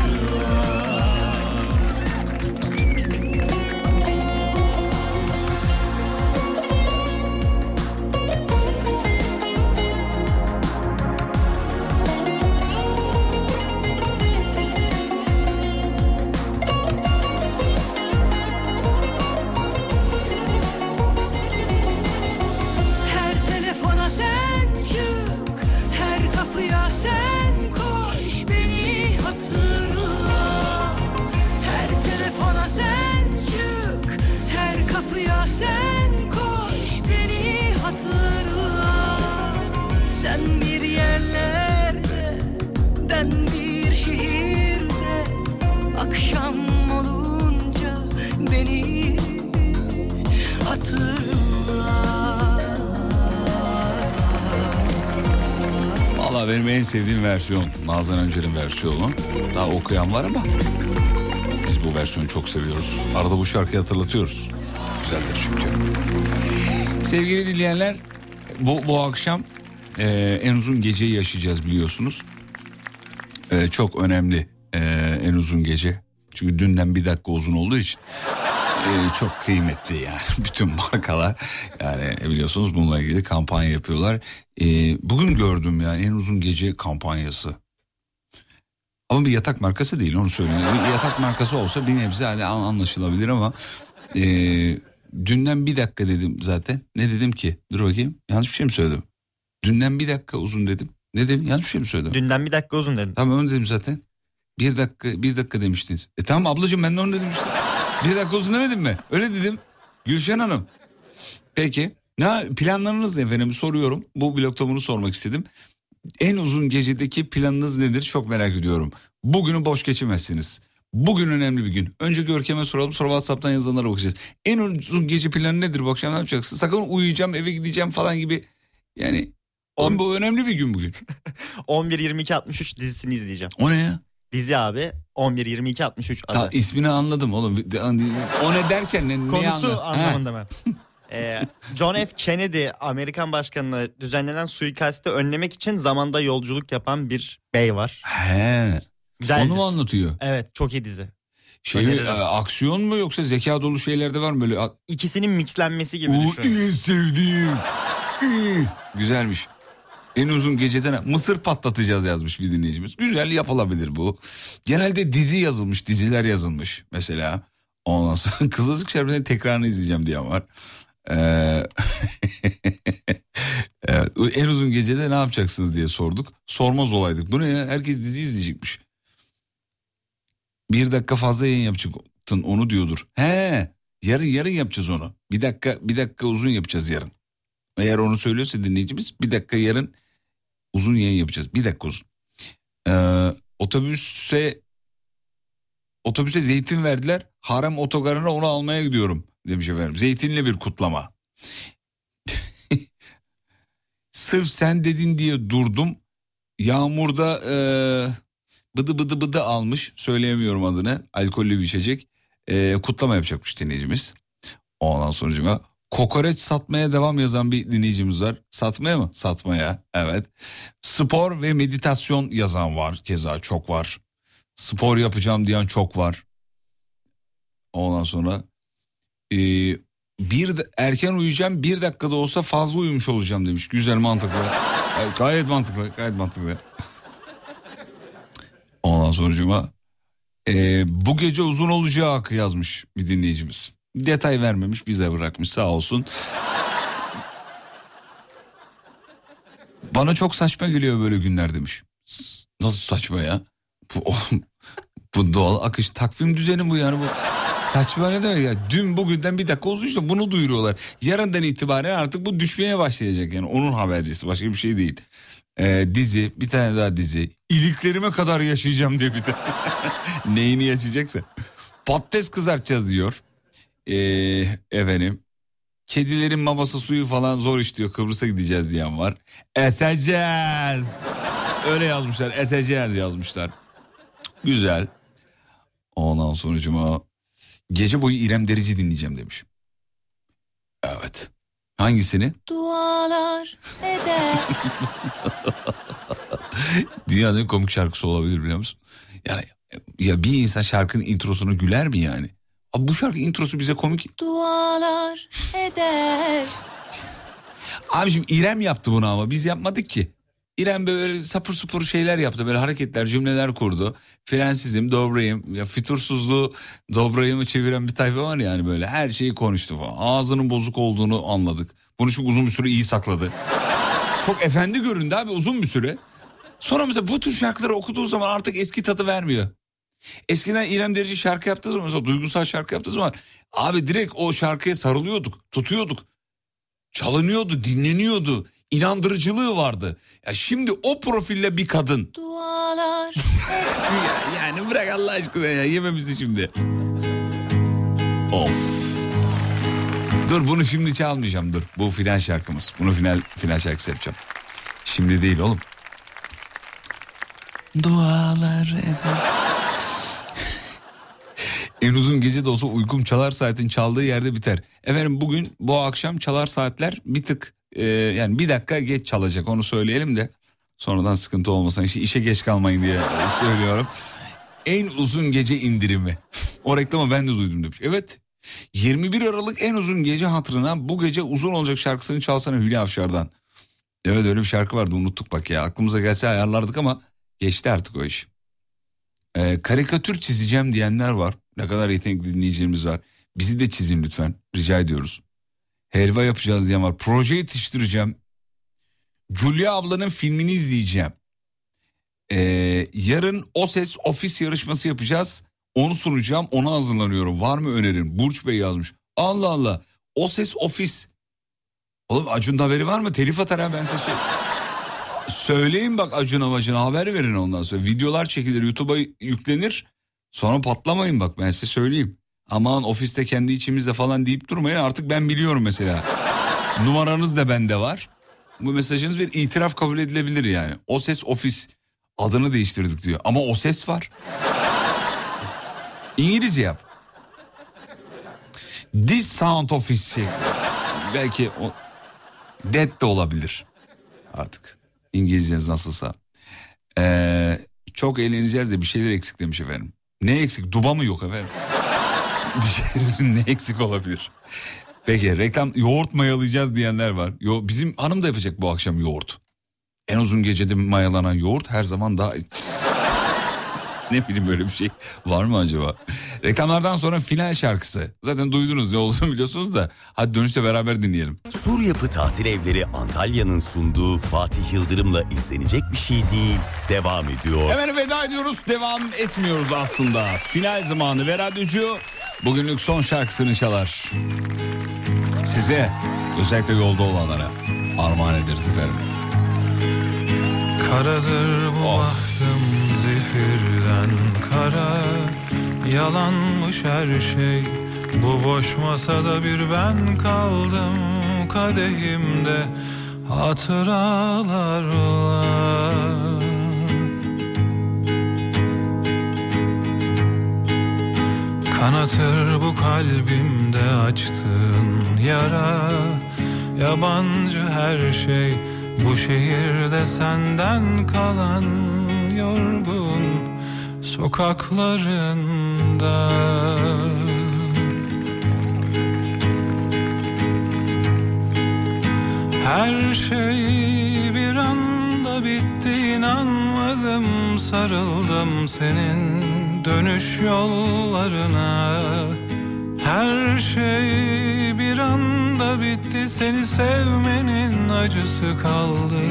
Her telefona sen çık, her kapıya sen koş, beni hatırla. Her telefona sen çık, her kapıya sen koş, beni hatırla. Sen bir yerlerde, ben bir şehirde. Akşam olunca beni hatırla. Valla benim en sevdiğim versiyon Nazan Öncel'in versiyonu. Daha okuyan var ama biz bu versiyonu çok seviyoruz. Arada bu şarkıyı hatırlatıyoruz. Güzeldir çünkü. Sevgili dinleyenler, bu akşam en uzun geceyi yaşayacağız biliyorsunuz. Çok önemli en uzun gece. Çünkü dünden bir dakika uzun olduğu için çok kıymetli yani. Bütün markalar yani biliyorsunuz bununla ilgili kampanya yapıyorlar. Bugün gördüm yani en uzun gece kampanyası. Ama bir yatak markası değil, onu söyleyeyim. Bir yatak markası olsa bir nebze hani anlaşılabilir ama dünden bir dakika dedim zaten. Ne dedim ki? Dur bakayım, yanlış bir şey mi söyledim? Dünden bir dakika uzun dedim. Ne dedim? Yanlış bir şey mi söyledim? Dünden bir dakika uzun dedim. Tamam, onu dedim zaten. Bir dakika demiştiniz. Tamam ablacığım, ben de onu dedim işte. Bir dakika uzun demedim mi? Öyle dedim. Gülşen Hanım. Peki. Ne planlarınız ne efendim, soruyorum. Bu blokta bunu sormak istedim. En uzun gecedeki planınız nedir? Çok merak ediyorum. Bugünü boş geçemezsiniz. Bugün önemli bir gün. Önce Görkem'e soralım, sonra WhatsApp'tan yazılanlara bakacağız. En uzun gece planı nedir bu akşam, ne yapacaksın? Sakın uyuyacağım, eve gideceğim falan gibi. Yani bu önemli bir gün bugün. 11-22-63 dizisini izleyeceğim. O ne ya? Dizi abi 11-22-63 adı. İsmini anladım oğlum. O ne derken ne Konusu anlamında mı? John F. Kennedy Amerikan başkanına düzenlenen suikasti önlemek için zamanda yolculuk yapan bir bey var. He. Güzel. Onu mu anlatıyor? Evet, çok iyi dizi. Aksiyon mu yoksa zeka dolu şeyler de var mı böyle? İkisinin mixlenmesi gibi düşün. En sevdiğim. Güzelmiş. En uzun geceden mısır patlatacağız yazmış bir dinleyicimiz. Güzel, yapılabilir bu. Genelde dizi yazılmış, diziler yazılmış mesela. Ondan sonra Kızılcık Şerbeti'nin tekrarını izleyeceğim diyen var. Evet, en uzun gecede ne yapacaksınız diye sorduk. Sormaz olaydık. Bu ne ya? Herkes dizi izleyecekmiş. 1 dakika fazla yayın yapacaktın onu diyordur. He, yarın yapacağız onu. Bir dakika uzun yapacağız yarın. Eğer onu söylüyorsa dinleyicimiz 1 dakika yarın uzun yayın yapacağız. 1 dakika uzun. Otobüse zeytin verdiler. Harem otogarına onu almaya gidiyorum demiş efendim. Zeytinli bir kutlama. Sırf sen dedin diye durdum. Yağmurda bıdı almış. Söyleyemiyorum adını. Alkollü bir içecek. Kutlama yapacakmış dinleyicimiz. Ondan sonucuma kokoreç satmaya devam yazan bir dinleyicimiz var. Satmaya mı? Satmaya. Evet. Spor ve meditasyon yazan var. Keza çok var. Spor yapacağım diyen çok var. Ondan sonra erken uyuyacağım, 1 dakikada olsa fazla uyumuş olacağım demiş. Güzel, mantıklı. Gayet mantıklı. Ondan sonucuma bu gece uzun olacak yazmış bir dinleyicimiz. Detay vermemiş, bize bırakmış, sağ olsun. Bana çok saçma geliyor böyle günler demiş. Nasıl saçma ya? Bu doğal akış, takvim düzeni bu yani bu. Saçma ne demek ya? Dün bugünden 1 dakika uzun, işte bunu duyuruyorlar. Yarından itibaren artık bu düşmeye başlayacak yani. Onun habercisi, başka bir şey değil. Dizi, bir tane daha dizi. İliklerime kadar yaşayacağım diye bir de. Neyini yaşayacaksa. Patates kızartacağız diyor. Efendim. Kedilerin maması suyu falan zor iş diyor. Kıbrıs'a gideceğiz diyen var. Eseceğiz. Öyle yazmışlar. Eseceğiz yazmışlar. Güzel. Ondan sonucuma gece boyu İrem Derici dinleyeceğim demiş. Evet. Hangisini? Dualar eder. Dünyanın en komik şarkısı olabilir, biliyor musun? Yani ya bir insan şarkının introsuna güler mi yani? Abi bu şarkı introsu bize komik. Dualar eder. Abi şimdi İrem yaptı bunu ama biz yapmadık ki. İrem böyle sapır supur şeyler yaptı. Böyle hareketler, cümleler kurdu. Frensizm, dobrayım, ya fütursuzluğu dobrayımı çeviren bir tayfa var yani böyle. Her şeyi konuştu falan. Ağzının bozuk olduğunu anladık. Bunu çok uzun bir süre iyi sakladı. Çok efendi göründü abi uzun bir süre. Sonra mesela bu tür şarkıları okuduğu zaman artık eski tadı vermiyor. Eskiden İrem Derici şarkı yaptığı zaman, mesela duygusal şarkı yaptığı zaman abi direkt o şarkıya sarılıyorduk, tutuyorduk. Çalınıyordu, dinleniyordu. İnandırıcılığı vardı. Ya şimdi o profille bir kadın. Dualar. Yani bırak Allah aşkına ya, yeme bizi şimdi. Of. Dur bunu şimdi çalmayacağım, dur. Bu final şarkımız. Bunu final şarkısı yapacağım. Şimdi değil oğlum. Dualar eder. En uzun gece de olsa uykum çalar saatin çaldığı yerde biter. Efendim bugün bu akşam çalar saatler bir tık yani 1 dakika geç çalacak, onu söyleyelim de sonradan sıkıntı olmasın. İşte işe geç kalmayın diye söylüyorum. En uzun gece indirimi. O reklamı ben de duydum demiş. Evet. 21 Aralık en uzun gece hatırına bu gece uzun olacak şarkısını çalsana Hülya Avşar'dan. Evet, öyle bir şarkı vardı, unuttuk bak ya. Aklımıza gelse ayarlardık ama geçti artık o iş. Karikatür çizeceğim diyenler var. Ne kadar yetenekli dinleyicilerimiz var. Bizi de çizin lütfen, rica ediyoruz. Helva yapacağız diyen var. Proje yetiştireceğim. Julia ablanın filmini izleyeceğim. Yarın O Ses Ofis yarışması yapacağız. Onu sunacağım, ona hazırlanıyorum. Var mı önerin? Burç Bey yazmış. Allah Allah. O Ses Ofis. Oğlum Acun'un haberi var mı? Telif atar ha, ben size söyleyeyim. Söyleyin bak Acun'a haber verin ondan sonra. Videolar çekilir, YouTube'a yüklenir. Sonra patlamayın bak, ben size söyleyeyim. Aman ofiste kendi içimizde falan deyip durmayın, artık ben biliyorum mesela. Numaranız da bende var. Bu mesajınız bir itiraf kabul edilebilir yani. O Ses Ofis. Adını değiştirdik diyor. Ama o ses var. İngilizce yap. This sound of his şey. Belki o that de olabilir. Artık İngilizceniz nasılsa. Çok eğleneceğiz de bir şeyler eksik demiş efendim. Ne eksik? Duba mı yok efendim? Bir şey ne eksik olabilir? Peki reklam, yoğurt mayalayacağız diyenler var. Bizim hanım da yapacak bu akşam yoğurt. En uzun gecede mayalanan yoğurt her zaman daha... Ne bileyim, böyle bir şey var mı acaba? Reklamlardan sonra final şarkısı. Zaten duydunuz, ne olduğunu biliyorsunuz da. Hadi dönüşte beraber dinleyelim. Sur Yapı Tatil Evleri Antalya'nın sunduğu Fatih Yıldırım'la izlenecek bir şey değil devam ediyor. Hemen veda ediyoruz, devam etmiyoruz aslında. Final zamanı ve radyocu bugünlük son şarkısını çalar. Size, özellikle yolda olanlara armağan ederiz efendim. Karadır bu bahtım zifirden kara, yalanmış her şey. Bu boş masada bir ben kaldım, kadehimde hatıralar var. Kanatır bu kalbimde açtığın yara, yabancı her şey. Bu şehirde senden kalan yorgun sokaklarında. Her şey bir anda bitti, inanmadım, sarıldım senin dönüş yollarına. Her şey bir anda bitti, seni sevmenin acısı kaldı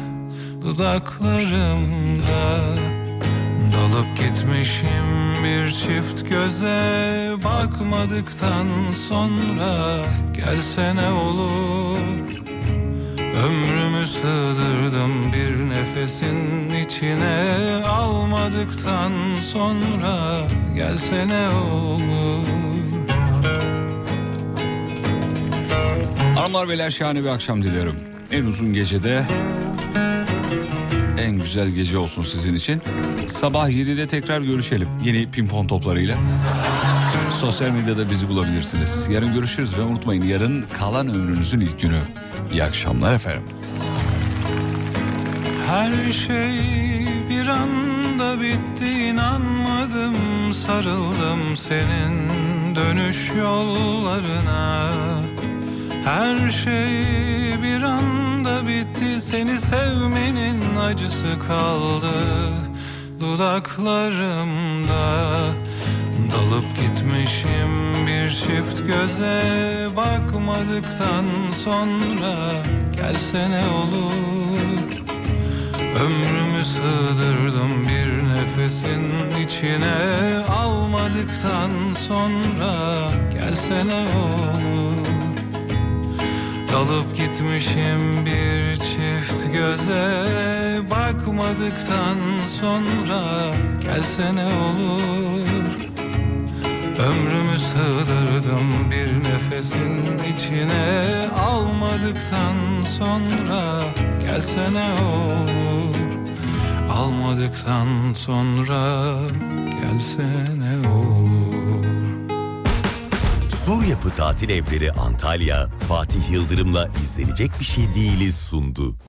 dudaklarımda. Dalıp gitmişim bir çift göze, bakmadıktan sonra gelsene olur. Ömrümü sığdırdım bir nefesin içine, almadıktan sonra gelsene olur. Hanımlar beyler, şahane bir akşam diliyorum. En uzun gecede en güzel gece olsun sizin için. Sabah 7'de tekrar görüşelim yeni pimpon toplarıyla. Sosyal medyada bizi bulabilirsiniz. Yarın görüşürüz ve unutmayın, yarın kalan ömrünüzün ilk günü. İyi akşamlar efendim. Her şey bir anda bitti, inanmadım, sarıldım senin dönüş yollarına. Her şey bir anda bitti, seni sevmenin acısı kaldı dudaklarımda. Dalıp gitmişim bir çift göze, bakmadıktan sonra gelsene olur. Ömrümü sığdırdım bir nefesin içine, almadıktan sonra gelsene olur. Dalıp gitmişim bir çift göze, bakmadıktan sonra gelsene olur. Ömrümü sığdırdım bir nefesin içine, almadıktan sonra gelsene olur. Almadıktan sonra gelsene olur. Sur Yapı Tatil Evleri Antalya, Fatih Yıldırım'la izlenecek bir şey değiliz sundu.